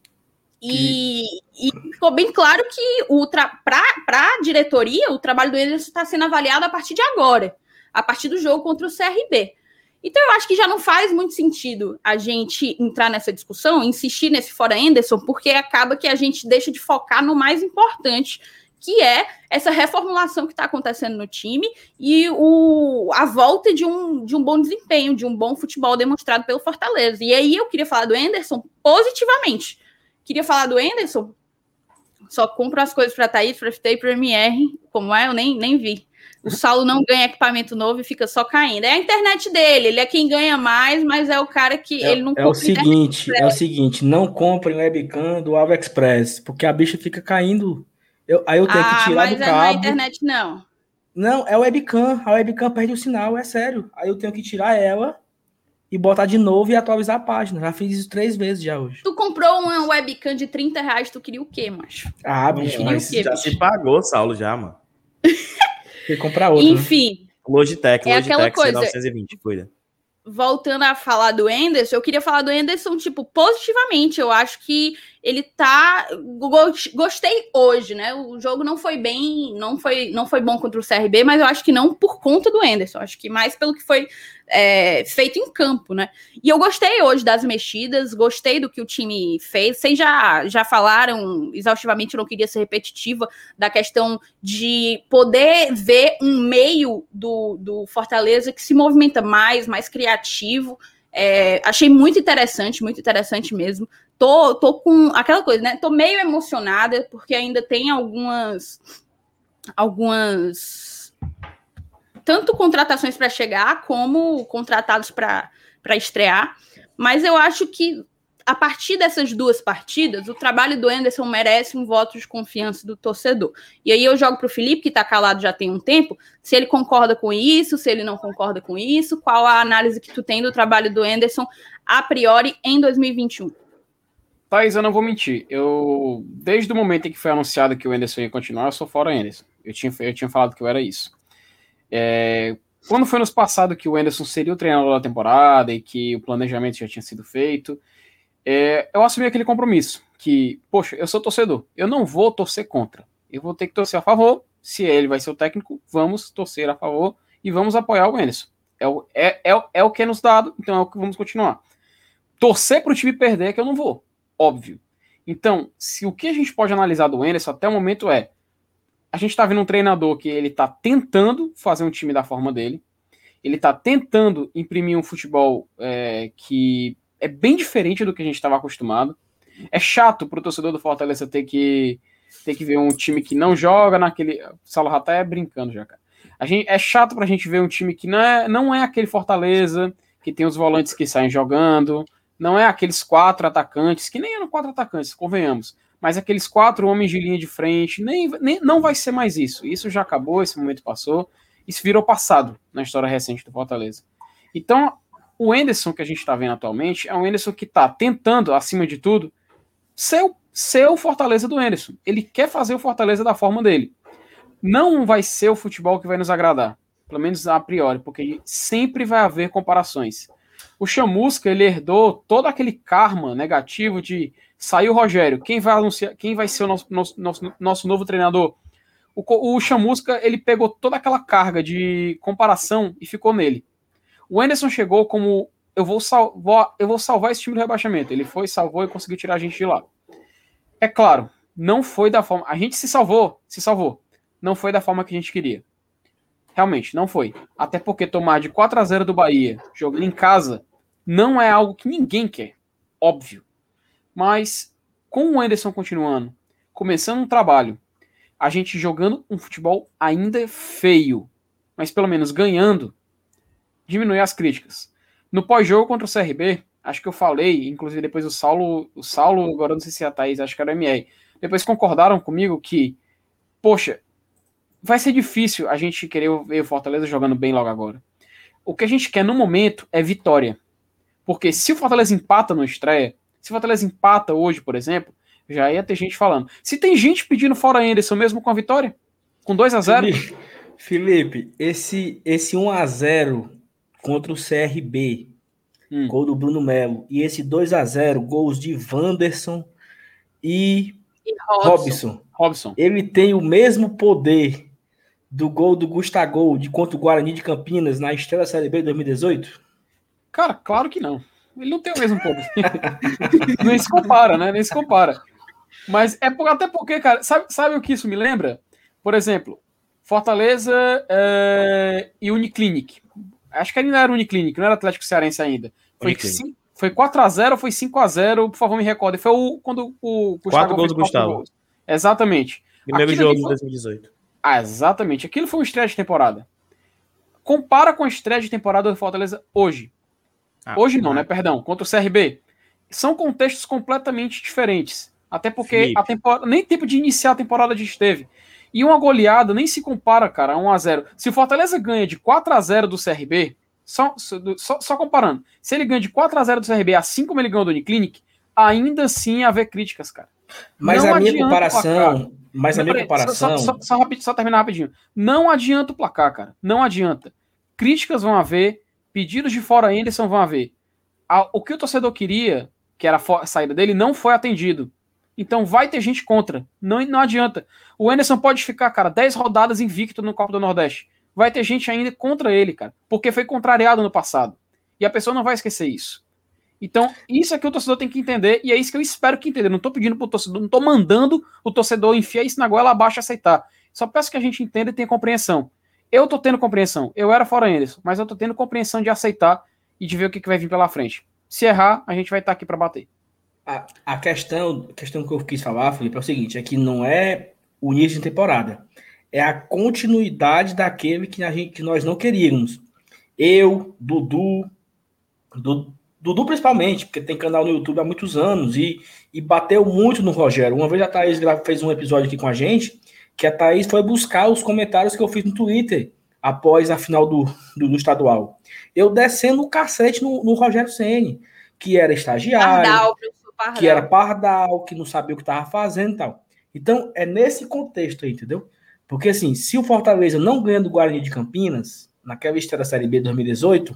E, e ficou bem claro que para a diretoria, o trabalho do Enderson está sendo avaliado a partir de agora, a partir do jogo contra o C R B. Então, eu acho que já não faz muito sentido a gente entrar nessa discussão, insistir nesse Fora Enderson, porque acaba que a gente deixa de focar no mais importante, que é essa reformulação que está acontecendo no time e o, a volta de um, de um bom desempenho, de um bom futebol demonstrado pelo Fortaleza. E aí eu queria falar do Enderson positivamente. Queria falar do Enderson, só compro as coisas para Thaís, para F T e para M R, como é, eu nem, nem vi. O Saulo não ganha equipamento novo e fica só caindo. É a internet dele, ele é quem ganha mais, mas é o cara que é, ele não é o seguinte, é o seguinte, não comprem o webcam do AliExpress, porque a bicha fica caindo. Eu, aí eu tenho ah, que tirar do cabo. Mas não é a internet, não. Não, é o webcam. A webcam perde o sinal, é sério. Aí eu tenho que tirar ela e botar de novo e atualizar a página. Já fiz isso três vezes já hoje. Tu comprou uma webcam de trinta reais, tu queria o quê, macho? Ah, bicho, mas quê, já bicho? se pagou, Saulo, já, mano. Tem que comprar outra. Enfim. Né? Logitech, é Logitech aquela coisa. novecentos e vinte, cuida. Voltando a falar do Enderson, eu queria falar do Enderson, tipo, positivamente. Eu acho que ele tá... Gostei hoje, né? O jogo não foi bem... Não foi, não foi bom contra o C R B, mas eu acho que não por conta do Enderson. Acho que mais pelo que foi é, feito em campo, né? E eu gostei hoje das mexidas, gostei do que o time fez. Vocês já, já falaram exaustivamente, eu não queria ser repetitiva, da questão de poder ver um meio do, do Fortaleza que se movimenta mais, mais criativo. É, achei muito interessante, muito interessante mesmo. Tô, tô com aquela coisa, né? Tô meio emocionada, porque ainda tem algumas algumas tanto contratações para chegar, como contratados para estrear. Mas eu acho que a partir dessas duas partidas, o trabalho do Enderson merece um voto de confiança do torcedor. E aí eu jogo para o Felipe, que está calado já tem um tempo, se ele concorda com isso, se ele não concorda com isso, qual a análise que tu tem do trabalho do Enderson a priori em dois mil e vinte e um? Thaís, eu não vou mentir. Eu, desde o momento em que foi anunciado que o Enderson ia continuar, eu sou fora Enderson. Eu tinha, eu tinha falado que eu era isso. É, quando foi nos passado que o Enderson seria o treinador da temporada e que o planejamento já tinha sido feito, é, eu assumi aquele compromisso, que, poxa, eu sou torcedor, eu não vou torcer contra, eu vou ter que torcer a favor. Se ele vai ser o técnico, vamos torcer a favor e vamos apoiar o Enderson. É o, é, é, é o que é nos dado, então é o que vamos continuar. Torcer para o time perder é que eu não vou, óbvio. Então, se o que a gente pode analisar do Enderson até o momento é, a gente está vendo um treinador que ele está tentando fazer um time da forma dele, ele está tentando imprimir um futebol é, que é bem diferente do que a gente estava acostumado. É chato pro torcedor do Fortaleza ter que, ter que ver um time que não joga naquele... O Saulo já tá brincando já, cara. A gente, é chato pra gente ver um time que não é, não é aquele Fortaleza, que tem os volantes que saem jogando, não é aqueles quatro atacantes, que nem eram quatro atacantes, convenhamos, mas aqueles quatro homens de linha de frente, nem, nem, não vai ser mais isso. Isso já acabou, esse momento passou, isso virou passado na história recente do Fortaleza. Então, o Anderson que a gente está vendo atualmente é um Anderson que está tentando, acima de tudo, ser o, ser o Fortaleza do Anderson. Ele quer fazer o Fortaleza da forma dele. Não vai ser o futebol que vai nos agradar, pelo menos a priori, porque sempre vai haver comparações. O Chamusca, ele herdou todo aquele karma negativo de sair o Rogério, quem vai anunciar, quem vai ser o nosso, nosso, nosso, nosso novo treinador? O, o Chamusca, ele pegou toda aquela carga de comparação e ficou nele. O Anderson chegou como, eu vou, sal, vou, eu vou salvar esse time do rebaixamento. Ele foi, salvou e conseguiu tirar a gente de lá. É claro, não foi da forma... A gente se salvou, se salvou. Não foi da forma que a gente queria. Realmente, não foi. Até porque tomar de quatro a zero do Bahia, jogando em casa, não é algo que ninguém quer. Óbvio. Mas, com o Anderson continuando, começando um trabalho, a gente jogando um futebol ainda feio, mas pelo menos ganhando, diminui as críticas. No pós-jogo contra o C R B, acho que eu falei, inclusive depois o Saulo, o Saulo, agora não sei se é a Thaís, acho que era o M R, depois concordaram comigo que, poxa, vai ser difícil a gente querer ver o Fortaleza jogando bem logo agora. O que a gente quer no momento é vitória. Porque se o Fortaleza empata no estreia, se o Fortaleza empata hoje, por exemplo, já ia ter gente falando. Se tem gente pedindo fora Anderson mesmo com a vitória, com dois a zero. Felipe, Felipe esse, esse um a zero contra o C R B, hum. gol do Bruno Melo, e esse dois a zero, gols de Wanderson e, e Robson. Robson. Ele tem o mesmo poder do gol do Gustavo de contra o Guarani de Campinas na estreia da Série B de dois mil e dezoito? Cara, claro que não. Ele não tem o mesmo poder. Nem se compara, né? Nem se compara. Mas é por, até porque, cara, sabe, sabe o que isso me lembra? Por exemplo, Fortaleza é, e Uniclinic. Acho que ainda era Uniclinic, não era Atlético Cearense ainda. Foi, cinco, foi quatro a zero ou foi cinco a zero? Por favor, me recorde. Foi o, quando o Gustavo quatro gols do Gustavo. Gols. Exatamente. Primeiro Aquilo jogo de foi... dois mil e dezoito. Ah, exatamente. Aquilo foi um estreia de temporada. Compara com a estreia de temporada do Fortaleza hoje. Ah, hoje não, né? Perdão. Contra o C R B. São contextos completamente diferentes. Até porque Felipe. a temporada, nem tempo de iniciar a temporada a gente teve. E uma goleada nem se compara, cara, a um a zero. Se o Fortaleza ganha de quatro a zero do C R B, só, só, só comparando, se ele ganha de quatro a zero do C R B, assim como ele ganhou do Uniclinic, ainda assim haver críticas, cara. Mas não a minha comparação... Mas a minha peraí, comparação... Só, só, só, rapid, só terminar rapidinho. Não adianta o placar, cara. Não adianta. Críticas vão haver, pedidos de fora Anderson vão haver. A, o que o torcedor queria, que era a saída dele, não foi atendido. Então vai ter gente contra. Não, não adianta. O Anderson pode ficar, cara, dez rodadas invicto no Copa do Nordeste. Vai ter gente ainda contra ele, cara. Porque foi contrariado no passado. E a pessoa não vai esquecer isso. Então, isso é que o torcedor tem que entender, e é isso que eu espero que entenda. Não tô pedindo pro torcedor, não tô mandando o torcedor enfiar isso na goela abaixo e aceitar. Só peço que a gente entenda e tenha compreensão. Eu tô tendo compreensão. Eu era fora Anderson, mas eu tô tendo compreensão de aceitar e de ver o que, que vai vir pela frente. Se errar, a gente vai estar aqui para bater. A, a, questão, a questão que eu quis falar, Felipe, é o seguinte, é que não é o início de temporada. É a continuidade daquele que, a gente, que nós não queríamos. Eu, Dudu, Dudu, Dudu principalmente, porque tem canal no YouTube há muitos anos e, e bateu muito no Rogério. Uma vez a Thaís fez um episódio aqui com a gente, que a Thaís foi buscar os comentários que eu fiz no Twitter após a final do, do, do estadual. Eu descendo o cacete no, no Rogério Ceni, que era estagiário, Pardal, Pardal. que era pardal, que não sabia o que estava fazendo e tal. Então, é nesse contexto aí, entendeu? Porque, assim, se o Fortaleza não ganha do Guarani de Campinas, naquela estreia da Série B de dois mil e dezoito,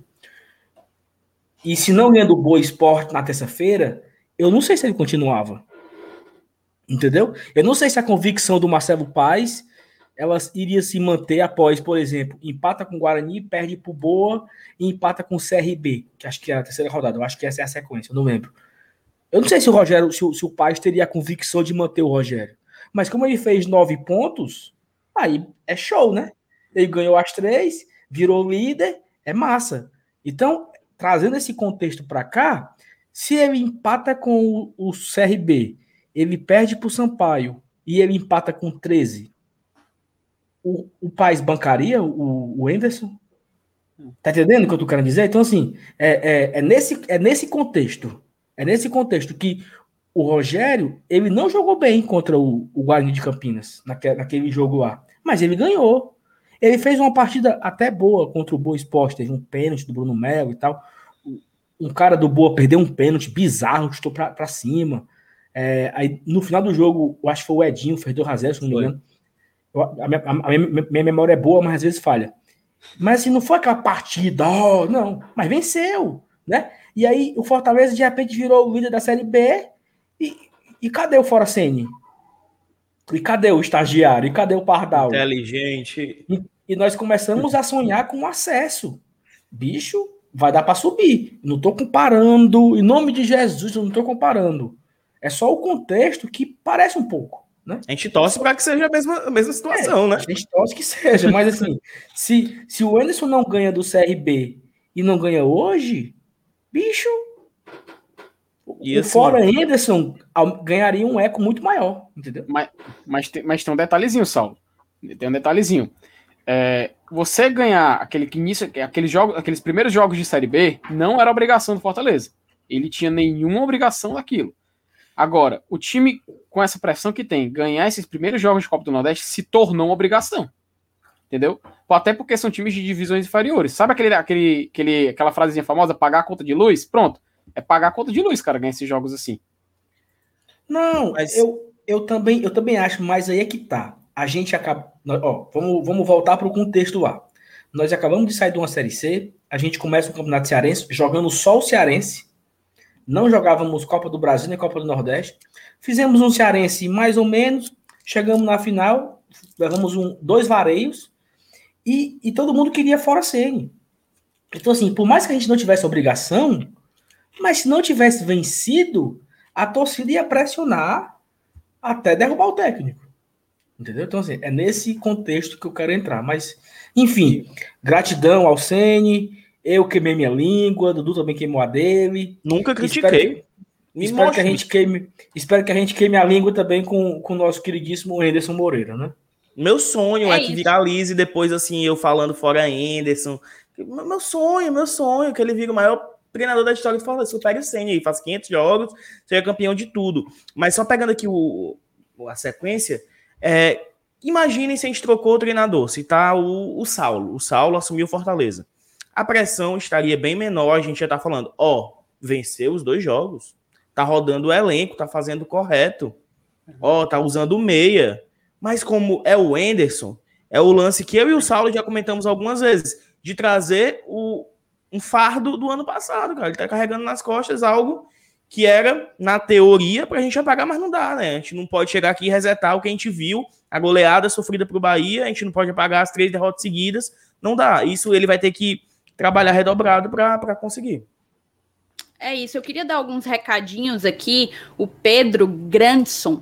e se não ganha do Boa Esporte na terça-feira, eu não sei se ele continuava. Entendeu? Eu não sei se a convicção do Marcelo Paes ela iria se manter após, por exemplo, empata com o Guarani, perde pro Boa e empata com o C R B, que acho que é a terceira rodada. Eu acho que essa é a sequência, eu não lembro. Eu não sei se o Rogério, se o, se o Paes teria a convicção de manter o Rogério. Mas como ele fez nove pontos, aí é show, né? Ele ganhou as três, virou líder, é massa. Então, trazendo esse contexto para cá, Se ele empata com o, o C R B, ele perde para o Sampaio e ele empata com treze, o, o Paes bancaria o, o Anderson? Tá entendendo o que eu tô querendo dizer? Então, assim, é, é, é, nesse, é nesse contexto, é nesse contexto que o Rogério, ele não jogou bem contra o, o Guarani de Campinas, naquele, naquele jogo lá, mas ele ganhou. Ele fez uma partida até boa contra o Boa Esporte, teve um pênalti do Bruno Melo e tal. Um cara do Boa perdeu um pênalti bizarro, estou pra, pra cima. É, aí, no final do jogo, eu acho que foi o Edinho, fez dois a zero, se não me engano. Eu, a, minha, a minha, minha memória é boa, mas às vezes falha. Mas assim, não foi aquela partida, oh, não, mas venceu, né? E aí o Fortaleza de repente virou o líder da Série B e, e cadê o Foraceni? E cadê o estagiário? E cadê o Pardal? Inteligente. E, e nós começamos a sonhar com o acesso. Bicho, vai dar para subir. Não estou comparando, em nome de Jesus, eu não estou comparando. É só o contexto que parece um pouco. Né? A gente torce para que seja a mesma, a mesma situação, é, né? A gente torce que seja, mas assim, se, se o Anderson não ganha do C R B e não ganha hoje, bicho, e o assim, fora Anderson ganharia um eco muito maior, entendeu? Mas, mas, tem, mas tem um detalhezinho, Saulo. Tem um detalhezinho. É, você ganhar aquele início, aqueles, jogos, aqueles primeiros jogos de Série B não era obrigação do Fortaleza. Ele tinha nenhuma obrigação daquilo. Agora, o time, com essa pressão que tem, ganhar esses primeiros jogos de Copa do Nordeste se tornou uma obrigação. Entendeu? Até porque são times de divisões inferiores. Sabe aquele, aquele, aquele, aquela frasezinha famosa, pagar a conta de luz? Pronto. É pagar a conta de luz, cara, ganhar esses jogos assim. Não, mas eu, eu, também, eu também acho, mas aí é que tá. A gente acaba... Ó, vamos, vamos voltar para o contexto lá. Nós acabamos de sair de uma Série C, a gente começa o Campeonato Cearense jogando só o Cearense. Não jogávamos Copa do Brasil nem Copa do Nordeste. Fizemos um Cearense mais ou menos, chegamos na final, levamos um, dois vareios e, e todo mundo queria Foraceni. Então, assim, por mais que a gente não tivesse obrigação, mas se não tivesse vencido, a torcida ia pressionar até derrubar o técnico. Entendeu? Então, assim, é nesse contexto que eu quero entrar. Mas, enfim, gratidão ao Ceni. Eu queimei minha língua, Dudu também queimou a dele. Nunca critiquei. Espero que, espero que, a, gente queime, espero que a gente queime a língua também com, com o nosso queridíssimo Anderson Moreira, né? Meu sonho é, é que viralize depois, assim, eu falando fora Anderson. Meu sonho, meu sonho, que ele vira o maior treinador da história do Fortaleza. Supera o Ceni aí, faz quinhentos jogos, seja campeão de tudo. Mas só pegando aqui o, a sequência, é, imaginem se a gente trocou o treinador, se tá o, o Saulo. O Saulo assumiu o Fortaleza. A pressão estaria bem menor, a gente já tá falando, ó, venceu os dois jogos, tá rodando o elenco, tá fazendo o correto, ó, tá usando o meia, mas como é o Anderson, é o lance que eu e o Saulo já comentamos algumas vezes, de trazer o, um fardo do ano passado, cara, ele tá carregando nas costas algo que era, na teoria, pra gente apagar, mas não dá, né, a gente não pode chegar aqui e resetar o que a gente viu, a goleada sofrida pro Bahia, a gente não pode apagar as três derrotas seguidas, não dá, isso ele vai ter que trabalhar redobrado para conseguir. É isso, eu queria dar alguns recadinhos aqui. O Pedro Grandson,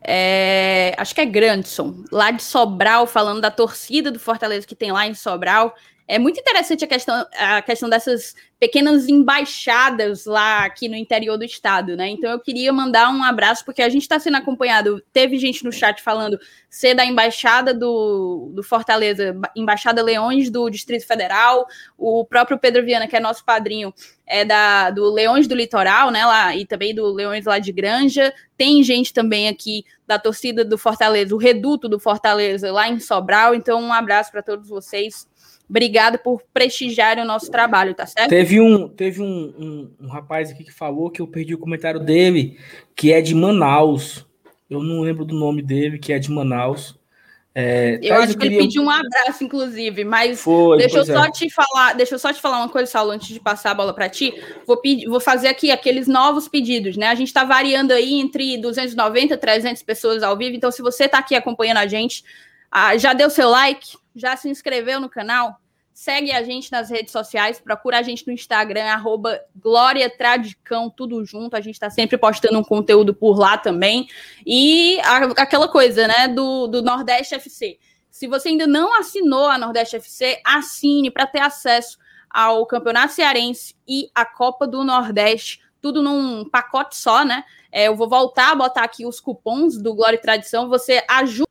é, acho que é Grandson, lá de Sobral, falando da torcida do Fortaleza que tem lá em Sobral. É muito interessante a questão, a questão dessas pequenas embaixadas lá aqui no interior do estado, né? Então eu queria mandar um abraço, porque a gente está sendo acompanhado, teve gente no chat falando ser da embaixada do, do Fortaleza, Embaixada Leões do Distrito Federal, o próprio Pedro Viana, que é nosso padrinho, é da, do Leões do Litoral, né? Lá, e também do Leões lá de Granja. Tem gente também aqui da torcida do Fortaleza, o Reduto do Fortaleza lá em Sobral. Então um abraço para todos vocês. Obrigado por prestigiarem o nosso trabalho, tá certo? Teve um, teve um, um, um rapaz aqui que falou que eu perdi o comentário dele, que é de Manaus. Eu não lembro do nome dele, que é de Manaus. É, eu acho eu que queria... ele pediu um abraço, inclusive, mas Foi, deixa eu só é. te falar, deixa eu só te falar uma coisa, Saulo, antes de passar a bola para ti. Vou, pedir, vou fazer aqui aqueles novos pedidos, né? A gente está variando aí entre duzentos e noventa e trezentas pessoas ao vivo, então se você está aqui acompanhando a gente, ah, já deu seu like, já se inscreveu no canal, segue a gente nas redes sociais, procura a gente no Instagram, arroba Glória Tradicão, tudo junto, a gente está sempre postando um conteúdo por lá também, e a, aquela coisa, né, do, do Nordeste F C. Se você ainda não assinou a Nordeste F C, assine para ter acesso ao Campeonato Cearense e à Copa do Nordeste tudo num pacote só, né? É, eu vou voltar a botar aqui os cupons do Glória e Tradição, você ajuda,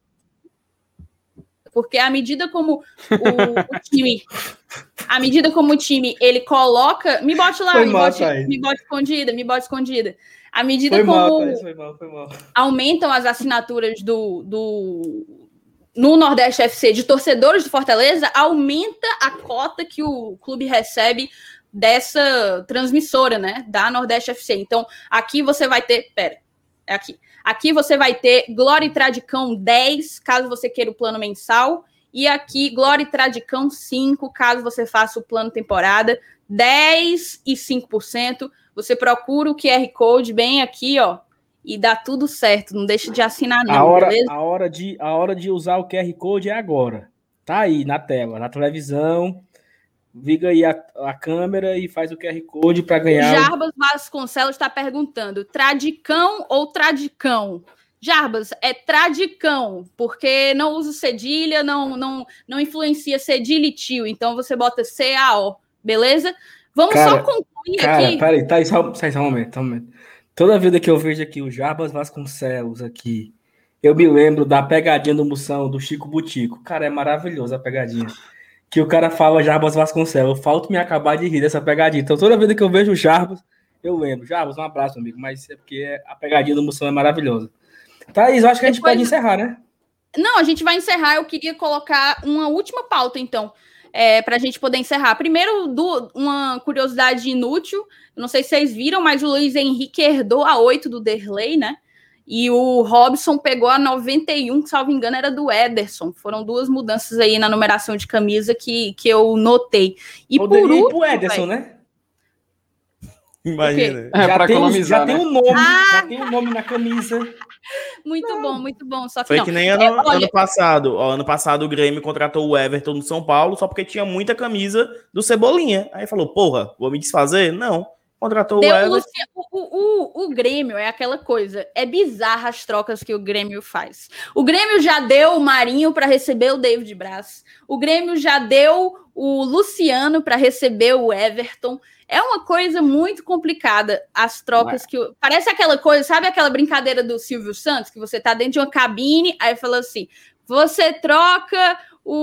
porque à medida como o, o time, à medida como o time, ele coloca, me bote lá, Foi me, mal, bote, Thaís. me bote escondida, me bote escondida. À medida Foi como mal, Thaís, foi mal, foi mal. aumentam as assinaturas do, do no Nordeste F C de torcedores do Fortaleza, aumenta a cota que o clube recebe dessa transmissora, né, da Nordeste F C. Então, aqui você vai ter, pera, é aqui. Aqui você vai ter Glória e Tradicão dez, caso você queira o plano mensal, e aqui Glória e Tradicão cinco, caso você faça o plano temporada, dez e cinco por cento. Você procura o Q R Code bem aqui, ó, e dá tudo certo. Não deixa de assinar não, a hora, beleza? A hora, de, a hora de usar o Q R Code é agora. Tá aí na tela, na televisão. Liga aí a, a câmera e faz o Q R Code para ganhar. O Jarbas Vasconcelos está perguntando: Tradicão ou Tradicão? Jarbas, é Tradicão, porque não usa cedilha, não, não, não influencia cedilha e tio. Então você bota C A O, beleza? Vamos cara, só concluir cara, aqui. Peraí, tá aí, só, só um momento, só um momento. Toda vida que eu vejo aqui o Jarbas Vasconcelos aqui, eu me lembro da pegadinha do Moção, do Chico Butico. Cara, é maravilhoso a pegadinha. Que o cara fala Jarbas Vasconcelos. Eu falto me acabar de rir dessa pegadinha. Então, toda vez que eu vejo o Jarbas, eu lembro. Jarbas, um abraço, amigo. Mas é porque a pegadinha do Moção é maravilhosa. Thaís, eu acho que a gente Depois... pode encerrar, né? Não, a gente vai encerrar. Eu queria colocar uma última pauta, então, é, para a gente poder encerrar. Primeiro, do, uma curiosidade inútil. Não sei se vocês viram, mas o Luiz Henrique herdou a oito do Derlei, né? E o Robson pegou a noventa e um, que, salvo engano, era do Ederson. Foram duas mudanças aí na numeração de camisa que, que eu notei. E Poderia por ir último, pro Ederson, véio, né? Imagina. É, já pra tem, economizar, já né? tem um nome, Ah! já tem um nome na camisa. Muito não. bom, muito bom. Só que Foi não. que nem ano, é, olha... ano passado. Ó, ano passado o Grêmio contratou o Everton do São Paulo só porque tinha muita camisa do Cebolinha. Aí falou, porra, vou me desfazer? Não. Contratou Deu o Everton. Lucia... o, o, o, o Grêmio é aquela coisa. É bizarra as trocas que o Grêmio faz. O Grêmio já deu o Marinho para receber o David Braz. O Grêmio já deu o Luciano para receber o Everton. É uma coisa muito complicada as trocas. que eu... Parece aquela coisa, sabe aquela brincadeira do Silvio Santos, que você tá dentro de uma cabine, aí fala assim, você troca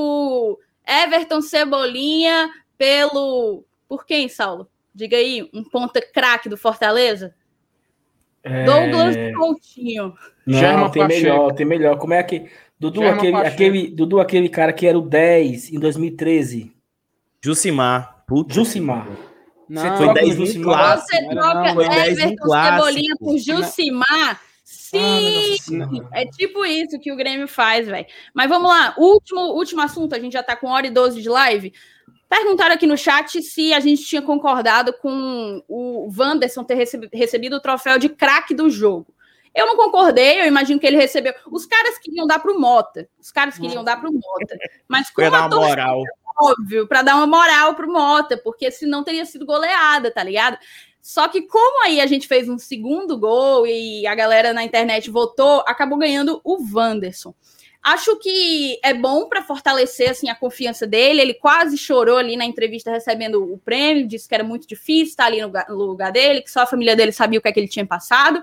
o Everton Cebolinha pelo... Por quem, Saulo? Diga aí, um ponta craque do Fortaleza? É... Douglas Coutinho. Não, German tem Pacheco. melhor, tem melhor. Como é que... Dudu aquele, aquele, Dudu, aquele cara que era o dez em dois mil e treze. Jucimar. Puta Jucimar. Não, foi dez no clássico. Você troca não, Everton Cebolinha por Jucimar? Sim! Ah, é tipo isso que o Grêmio faz, velho. Mas vamos lá, último, último assunto, a gente já tá com uma hora e doze de live. Perguntaram aqui no chat se a gente tinha concordado com o Wanderson ter recebido o troféu de craque do jogo. Eu não concordei, eu imagino que ele recebeu. Os caras queriam dar pro Mota. Os caras queriam dar pro Mota. Mas como dar uma moral. Óbvio, para dar uma moral pro Mota, porque senão teria sido goleada, tá ligado? Só que como aí a gente fez um segundo gol e a galera na internet votou, acabou ganhando o Wanderson. Acho que é bom para fortalecer assim, a confiança dele. Ele quase chorou ali na entrevista recebendo o prêmio, disse que era muito difícil estar ali no lugar dele, que só a família dele sabia o que é que ele tinha passado.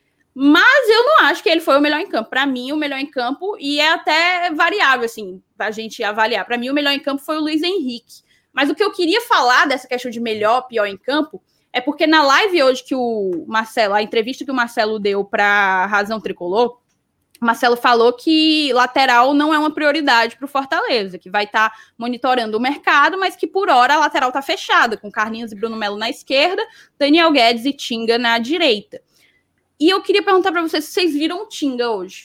Mas eu não acho que ele foi o melhor em campo. Para mim, o melhor em campo, e é até variável, assim, para a gente avaliar. Para mim, o melhor em campo foi o Luiz Henrique. Mas o que eu queria falar dessa questão de melhor, pior em campo, é porque na live hoje que o Marcelo, a entrevista que o Marcelo deu para Razão Tricolor, o Marcelo falou que lateral não é uma prioridade para o Fortaleza, que vai estar tá monitorando o mercado, mas que por hora a lateral está fechada, com Carlinhos e Bruno Melo na esquerda, Daniel Guedes e Tinga na direita. E eu queria perguntar para vocês se vocês viram o Tinga hoje.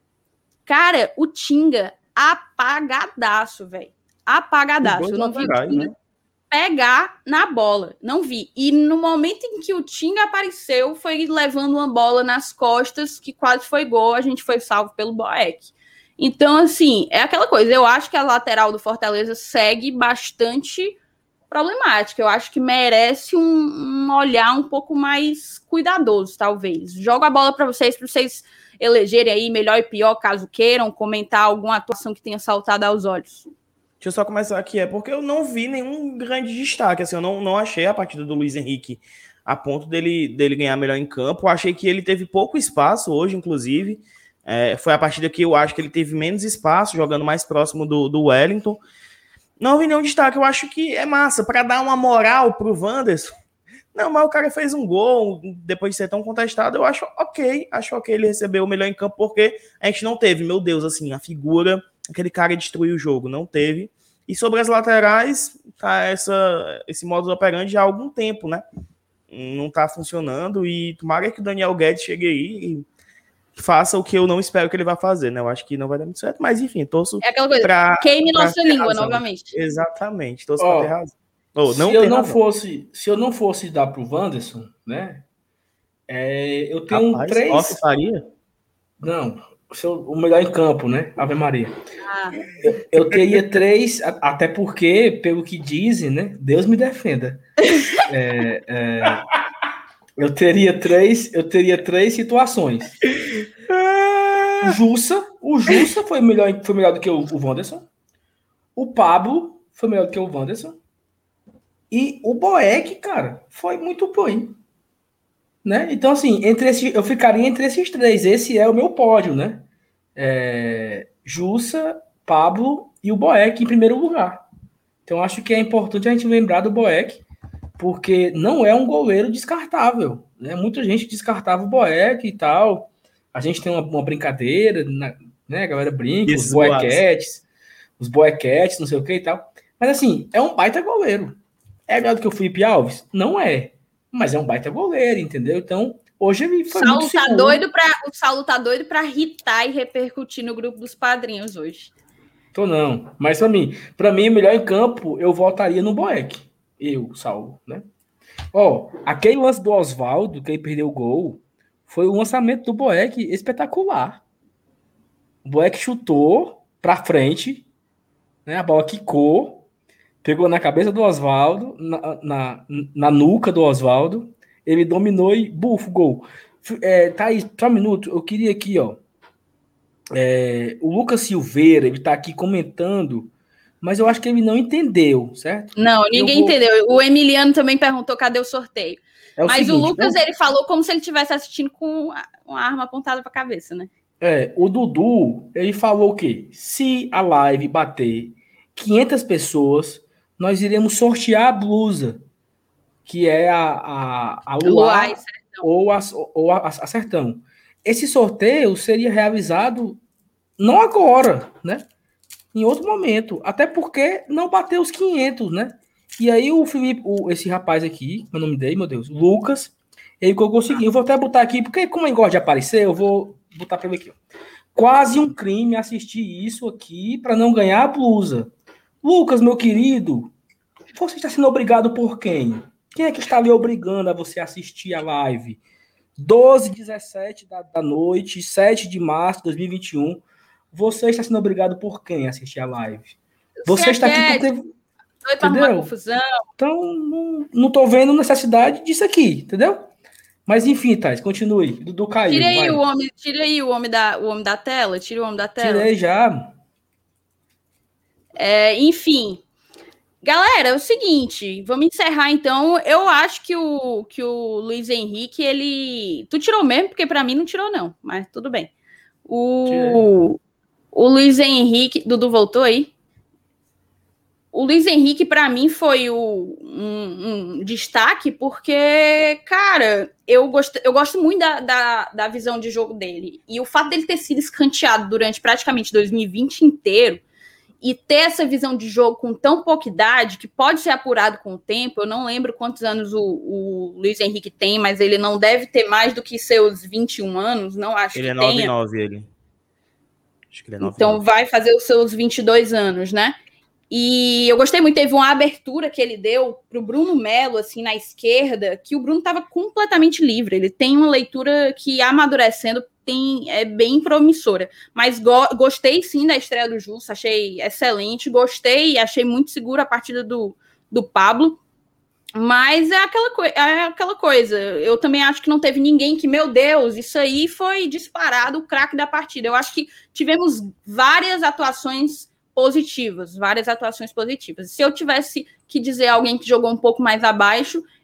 Cara, o Tinga apagadaço, velho. Apagadaço. Eu não vi o Tinga pegar na bola. Não vi. E no momento em que o Tinga apareceu, foi levando uma bola nas costas, que quase foi gol. A gente foi salvo pelo Boeck. Então, assim, é aquela coisa. Eu acho que a lateral do Fortaleza segue bastante problemática. Eu acho que merece um, um olhar um pouco mais cuidadoso, talvez. Jogo a bola para vocês, para vocês elegerem aí melhor e pior, caso queiram comentar alguma atuação que tenha saltado aos olhos. Deixa eu só começar aqui, é porque eu não vi nenhum grande destaque, assim, eu não, não achei a partida do Luiz Henrique a ponto dele, dele ganhar melhor em campo. Eu achei que ele teve pouco espaço hoje, inclusive. É, foi a partida que eu acho que ele teve menos espaço, jogando mais próximo do, do Wellington. Não vi nenhum destaque. Eu acho que é massa, para dar uma moral pro Wanderson. Não, mas o cara fez um gol depois de ser tão contestado. Eu acho ok, acho ok ele receber o melhor em campo, porque a gente não teve, meu Deus, assim, a figura, aquele cara destruiu o jogo, não teve. E sobre as laterais, tá essa, esse modus operandi há algum tempo, né? Não tá funcionando, e tomara que o Daniel Guedes chegue aí e faça o que eu não espero que ele vá fazer, né? Eu acho que não vai dar muito certo, mas enfim, torço é aquela coisa, pra, queime pra nossa língua razão. Novamente. Exatamente, torço oh, pra ter razão. Oh, não se, eu não razão. fosse, se eu não fosse dar pro Wanderson, né? É, eu tenho Rapaz, três. Off faria? Não, o melhor em campo, né? Ave Maria. Ah. Eu, eu teria três, até porque, pelo que dizem, né? Deus me defenda. É, é, eu teria três, eu teria três situações. O Jussa, o Jussa foi melhor, foi melhor do que o, o Wanderson. O Pablo foi melhor do que o Wanderson. E o Boeck, cara, foi muito bom. Né? Então, assim, entre esse, eu ficaria entre esses três. Esse é o meu pódio, né? É, Jussa, Pablo e o Boeck em primeiro lugar. Então, acho que é importante a gente lembrar do Boeck, porque não é um goleiro descartável. Né? Muita gente descartava o Boeck e tal. A gente tem uma, uma brincadeira, na, né? A galera brinca, Esses os Boequetes, os Boequetes, não sei o que e tal. Mas, assim, é um baita goleiro. É melhor do que o Felipe Alves? Não é. Mas é um baita goleiro, entendeu? Então, hoje ele foi Saulo muito tá seguro. doido pra, o Saulo tá doido para irritar e repercutir no grupo dos padrinhos hoje. Tô não. Mas pra mim, pra mim, melhor em campo, eu voltaria no Boeck. Eu, Saulo, né? Ó, aquele lance do Oswaldo, que ele perdeu o gol, foi o lançamento do Boeck espetacular. O Boeck chutou pra frente, né? A bola quicou, pegou na cabeça do Oswaldo, na, na, na nuca do Oswaldo, ele dominou e bufo, gol. É, tá aí, só um minuto, eu queria aqui, ó. É, o Lucas Silveira, ele tá aqui comentando, mas eu acho que ele não entendeu, certo? Não, ninguém vou... entendeu. O Emiliano também perguntou cadê o sorteio. É o mas seguinte, o Lucas, o... ele falou como se ele estivesse assistindo com uma arma apontada pra cabeça, né? É, o Dudu, ele falou o quê? Se a live bater quinhentas pessoas, nós iremos sortear a blusa, que é a, a, a Luar ou, a, ou a, a Sertão. Esse sorteio seria realizado não agora, né? Em outro momento. Até porque não bateu os quinhentos, né? E aí o Felipe, o, esse rapaz aqui, meu nome dele, meu Deus, Lucas, ele colocou o seguinte, eu vou até botar aqui, porque como ele gosta de aparecer, eu vou botar para ele aqui. Ó. Quase um crime assistir isso aqui para não ganhar a blusa. Lucas, meu querido, você está sendo obrigado por quem? Quem é que está lhe obrigando a você assistir a live? doze e dezessete da, da noite, sete de março de dois mil e vinte e um. Você está sendo obrigado por quem assistir a live? Você, você está aqui porque... Entendeu? Confusão. Então, não, não tô vendo necessidade disso aqui, entendeu? Mas enfim, Thais, continue. Dudu caiu. Tira aí, o homem, tira aí o homem da, o homem da tela. Tira o homem da tela. Tirei já. É, enfim. Galera, é o seguinte, vamos encerrar então. Eu acho que o, que o Luiz Henrique, ele... Tu tirou mesmo, porque para mim não tirou não, mas tudo bem. O, o Luiz Henrique... Dudu voltou aí? O Luiz Henrique, para mim, foi o, um, um destaque, porque, cara, eu gosto, eu gosto muito da, da, da visão de jogo dele. E o fato dele ter sido escanteado durante praticamente dois mil e vinte inteiro, e ter essa visão de jogo com tão pouca idade, que pode ser apurado com o tempo, eu não lembro quantos anos o, o Luiz Henrique tem, mas ele não deve ter mais do que seus vinte e um anos, não acho ele que é nove tenha. nove, ele. Acho que ele é nove Então nove. Vai fazer os seus vinte e dois anos, né? E eu gostei muito, teve uma abertura que ele deu pro Bruno Melo, assim, na esquerda, que o Bruno estava completamente livre. Ele tem uma leitura que, amadurecendo, tem, é bem promissora. Mas go gostei, sim, da estreia do Jussa, achei excelente. Gostei, achei muito segura a partida do, do Pablo. Mas é aquela, é aquela coisa. Eu também acho que não teve ninguém que, meu Deus, isso aí foi disparado o craque da partida. Eu acho que tivemos várias atuações positivas, várias atuações positivas. Se eu tivesse que dizer alguém que jogou um pouco mais abaixo,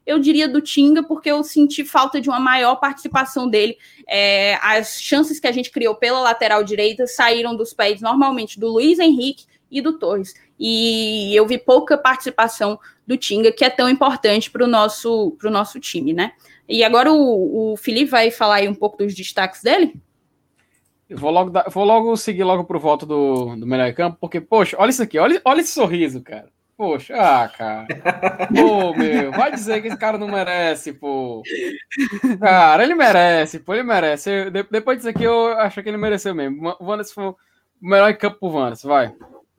eu diria do Tinga, porque eu senti falta de uma maior participação dele. É, as chances que a gente criou pela lateral direita saíram dos pés, normalmente, do Luiz Henrique e do Torres. E eu vi pouca participação do Tinga, que é tão importante para o nosso, pro nosso time, né? E agora o, o Felipe vai falar aí um pouco dos destaques dele? Eu vou logo, dar, vou logo seguir logo pro voto do, do melhor em campo, porque, poxa, olha isso aqui, olha, olha esse sorriso, cara. Poxa, ah, cara. Pô, meu, vai dizer que esse cara não merece, pô. Cara, ele merece, pô, ele merece. Eu, de, depois disso aqui, eu acho que ele mereceu mesmo. O Wanderson foi o melhor em campo pro Wanderson, vai.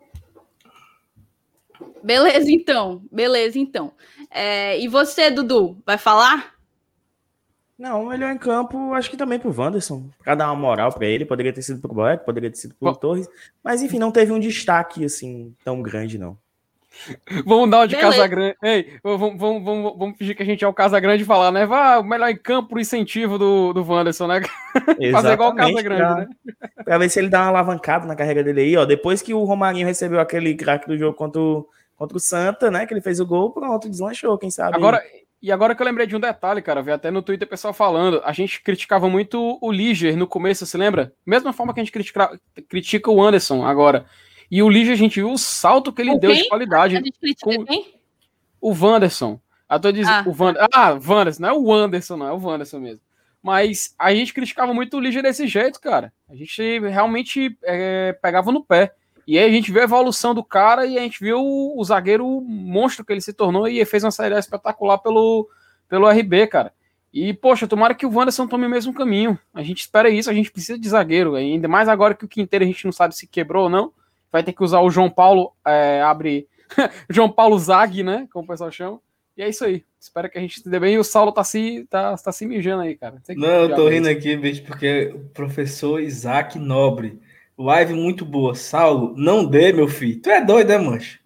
Beleza, então. Beleza, então. É, e você, Dudu, vai falar? Não, o melhor em campo, acho que também pro Wanderson. Pra dar uma moral pra ele, poderia ter sido pro Boeck, poderia ter sido pro Bom, Torres. Mas, enfim, não teve um destaque, assim, tão grande, não. Vamos dar uma de Casagrande. Ei, vamos, vamos, vamos, vamos fingir que a gente é o Casagrande e falar, né? Vá, o melhor em campo pro incentivo do, do Wanderson, né? Fazer igual o Casagrande, pra, né? Pra ver se ele dá uma alavancada na carreira dele aí, ó. Depois que o Romarinho recebeu aquele craque do jogo contra o, contra o Santa, né? Que ele fez o gol, pronto, deslanchou, quem sabe. Agora, e agora que eu lembrei de um detalhe, cara, vi até no Twitter o pessoal falando, a gente criticava muito o Liger no começo, você lembra? Mesma forma que a gente critica, critica o Anderson agora. E o Liger, a gente viu o salto que ele o deu quem? de qualidade. A gente critica com quem? O Wanderson. Eu tô dizendo, ah, o Wander... ah, Wanderson, não é o Wanderson, não, é o Wanderson mesmo. Mas a gente criticava muito o Liger desse jeito, cara. A gente realmente é, pegava no pé. E aí a gente viu a evolução do cara e a gente viu o, o zagueiro monstro que ele se tornou e fez uma saída espetacular pelo, pelo R B, cara. E, poxa, tomara que o Wanderson tome o mesmo caminho. A gente espera isso, a gente precisa de zagueiro. Ainda mais agora que o Quinteiro a gente não sabe se quebrou ou não. Vai ter que usar o João Paulo, é, abre... João Paulo Zag, né, como o pessoal chama. E é isso aí. Espero que a gente se dê bem. E o Saulo tá se, tá, tá se mijando aí, cara. Não, não eu tô rindo isso. aqui, bicho, porque o professor Isaac Nobre... Live muito boa. Saulo, não dê, meu filho. Tu é doido, né, mancho?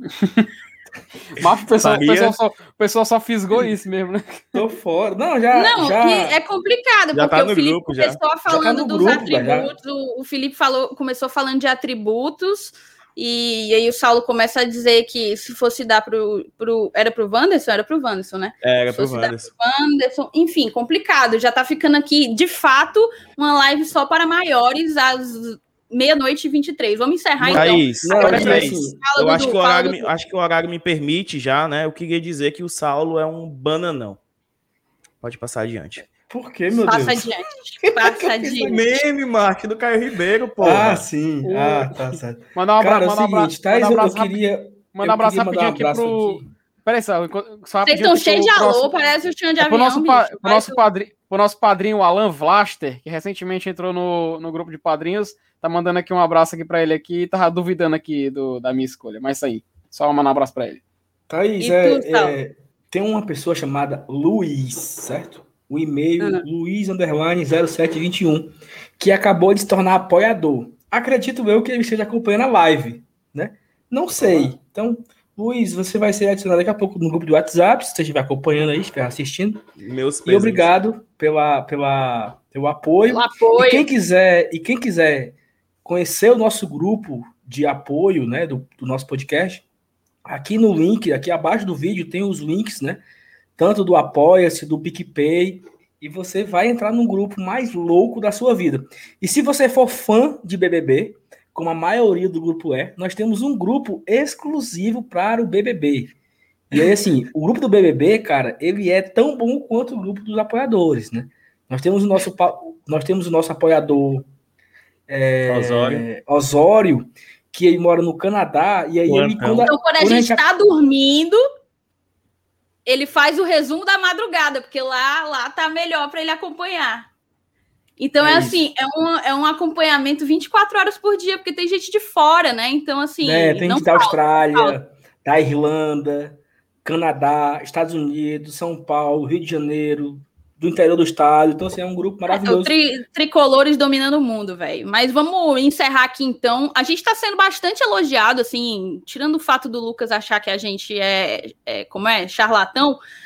Mas o pessoal, o, pessoal só, o pessoal só fisgou isso mesmo, né? Tô fora. Não, já. Não, já... é complicado, já porque tá o Felipe grupo, começou já. falando já tá dos grupo, atributos. O, o Felipe falou, começou falando de atributos. E, e aí o Saulo começa a dizer que se fosse dar pro, pro era pro Wanderson, era pro Wanderson, né? É, era se pro fosse Wanderson. Dar pro Wanderson. Enfim, complicado. Já tá ficando aqui, de fato, uma live só para maiores às meia-noite e vinte e três. Vamos encerrar, não, então. Isso. Não, Agora, é isso. Eu acho que, o horário me, acho que o horário me permite já, né? Eu queria dizer que o Saulo é um bananão. Pode passar adiante. Por que, meu Passa Deus? Adiante. Passa adiante. Meme, Marque, do Caio Ribeiro, pô. Ah, sim. O... Ah, tá certo. Mandar um abraço. Cara, é o mandar seguinte, um Thais, abraço, eu queria... Mandar um abraço rapidinho aqui pro... Aqui. Peraí, só. só Vocês estão cheios de alô, nosso... parece o chão de é avião, nosso, bicho, pro, nosso padrinho, pro nosso padrinho, Alan Vlaster, que recentemente entrou no, no grupo de padrinhos, tá mandando aqui um abraço aqui pra ele aqui, tava duvidando aqui do, da minha escolha, mas isso aí, só mandar um abraço pra ele. Thaís, é, tu, é, tem uma pessoa chamada Luiz, certo? O e-mail uhum. luiz underline zero sete vinte e um, que acabou de se tornar apoiador. Acredito eu que ele esteja acompanhando a live, né? Não sei. Então, Luiz, você vai ser adicionado daqui a pouco no grupo do WhatsApp, se você estiver acompanhando aí, estiver assistindo. Meus e obrigado pela, pela, pelo apoio. Pelo apoio. E quem quiser, e quem quiser conhecer o nosso grupo de apoio, né, do, do nosso podcast, aqui no link, aqui abaixo do vídeo, tem os links, né? Tanto do Apoia-se, do PicPay, e você vai entrar num grupo mais louco da sua vida. E se você for fã de B B B, como a maioria do grupo é, nós temos um grupo exclusivo para o B B B. E aí, assim, o grupo do B B B, cara, ele é tão bom quanto o grupo dos apoiadores, né? Nós temos o nosso, nós temos o nosso apoiador é, Osório. Osório, que ele mora no Canadá, e aí Ué, ele... Quando, então, quando a quando gente está dormindo... ele faz o resumo da madrugada, porque lá, lá tá melhor para ele acompanhar. Então, é, é assim, é um, é um acompanhamento vinte e quatro horas por dia, porque tem gente de fora, né? Então, assim... É, tem gente da Austrália, da Irlanda, Canadá, Estados Unidos, São Paulo, Rio de Janeiro, do interior do estado. Então, assim, é um grupo maravilhoso. É, o tri, tricolores dominando o mundo, velho. Mas vamos encerrar aqui, então. A gente tá sendo bastante elogiado, assim, tirando o fato do Lucas achar que a gente é, é como é, charlatão,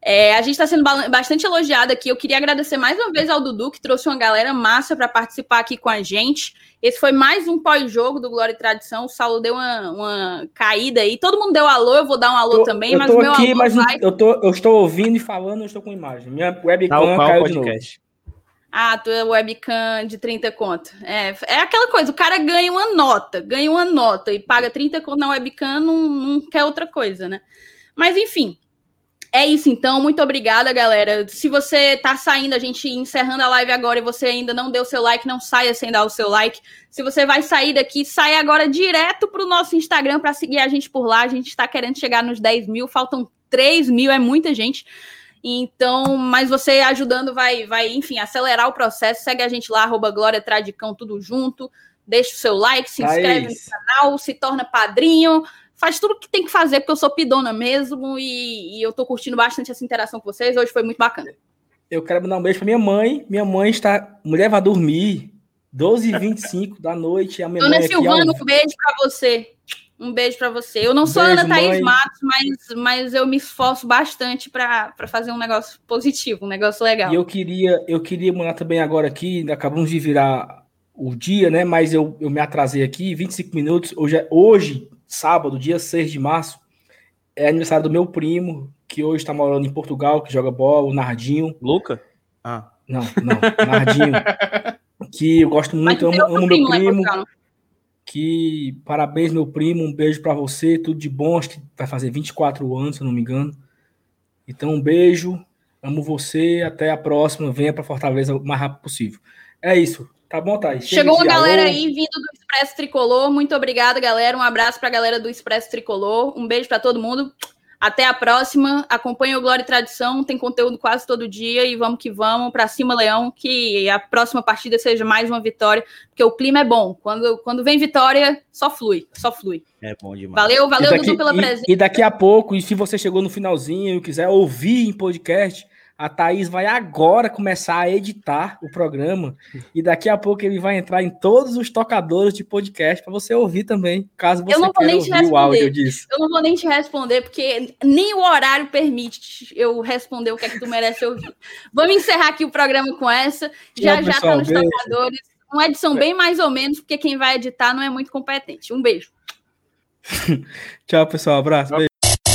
É, a gente está sendo bastante elogiado aqui. Eu queria agradecer mais uma vez ao Dudu, que trouxe uma galera massa para participar aqui com a gente. Esse foi mais um pós-jogo do Glória e Tradição. O Saulo deu uma, uma caída aí. Todo mundo deu alô, eu vou dar um alô eu, também, eu mas o meu aqui, alô mas vai... eu, tô, eu estou ouvindo e falando, eu estou com imagem. Minha webcam caiu de novo. Ah, tu é webcam de trinta conto. É, é aquela coisa, o cara ganha uma nota, ganha uma nota e paga trinta conto na webcam, não, não quer outra coisa, né? Mas, enfim, é isso então. Muito obrigada, galera. Se você tá saindo, a gente encerrando a live agora e você ainda não deu seu like, não saia sem dar o seu like. Se você vai sair daqui, sai agora direto pro nosso Instagram para seguir a gente por lá. A gente tá querendo chegar nos dez mil, faltam três mil, é muita gente. Então, mas você ajudando vai, vai, enfim, acelerar o processo. Segue a gente lá, arroba Glória Tradicão, tudo junto. Deixa o seu like, se inscreve no canal, se torna padrinho. Faz tudo o que tem que fazer, porque eu sou pidona mesmo e, e eu tô curtindo bastante essa interação com vocês. Hoje foi muito bacana. Eu quero mandar um beijo pra minha mãe. Minha mãe está... Mulher vai dormir. doze e vinte e cinco da noite. A minha Dona mãe Silvana, aqui, um beijo pra você. Um beijo para você. Eu não sou beijo, Ana Thaís mãe. Matos, mas, mas eu me esforço bastante para fazer um negócio positivo, um negócio legal. E eu queria, eu queria mandar também agora aqui, acabamos de virar o dia, né? Mas eu, eu me atrasei aqui, vinte e cinco minutos. Hoje, hoje, sábado, dia seis de março, é aniversário do meu primo, que hoje está morando em Portugal, que joga bola, o Nardinho. Luca? Ah. Não, não, Nardinho. Que eu gosto muito, amo, amo meu primo. Que parabéns, meu primo, um beijo para você, tudo de bom, acho que vai fazer vinte e quatro anos, se eu não me engano. Então, um beijo, amo você, até a próxima, venha para Fortaleza o mais rápido possível. É isso, tá bom, Thaís? Chegou uma galera aí vindo do Expresso Tricolor, muito obrigada, galera, um abraço para a galera do Expresso Tricolor, um beijo para todo mundo. Até a próxima, acompanha o Glória e Tradição, tem conteúdo quase todo dia e vamos que vamos, pra cima, Leão, que a próxima partida seja mais uma vitória, porque o clima é bom, quando, quando vem vitória, só flui, só flui. É bom demais. Valeu, valeu, daqui, Dudu, pela e, presença. E daqui a pouco, e se você chegou no finalzinho e quiser ouvir em podcast, a Thaís vai agora começar a editar o programa e daqui a pouco ele vai entrar em todos os tocadores de podcast para você ouvir também, caso você queira ouvir o áudio disso. Eu não vou nem te responder, porque nem o horário permite eu responder o que é que tu merece ouvir. Vamos encerrar aqui o programa com essa. Já Tchau, já está nos beijo. Tocadores. Uma edição bem mais ou menos, porque quem vai editar não é muito competente. Um beijo. Tchau, pessoal. Abraço. Beijo.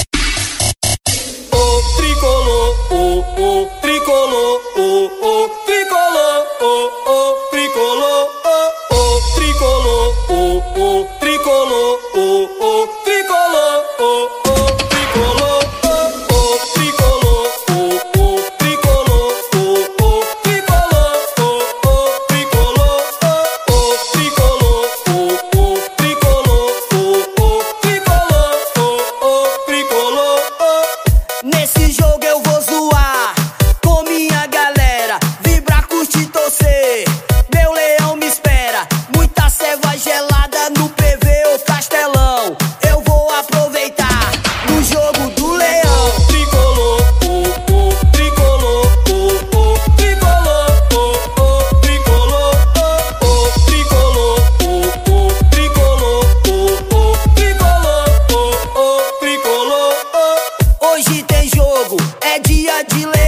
O tricolor, o, o tricolor, o, o tricolor, o, o tricolor, o, o tricolor, o, o tricolor, o, o tricolor, o tricolor, o, o tricolor, o, o tricolor, o, o tricolor, o tricolor, o, o tricolor, o, o tricolor, o, o tricolor. Nesse jogo eu vou zoar com minha galera, vibrar, curtir, torcer. Meu leão me espera, muita ceva gelada no P V ou Castelão. Eu vou aproveitar no jogo do leão. Tricolor, o, o tricolor, o, o tricolor, o, o tricolor, o tricolor, o, o tricolor, o, o tricolor, o, o tricolor. Hoje tem jogo, é dia de leão.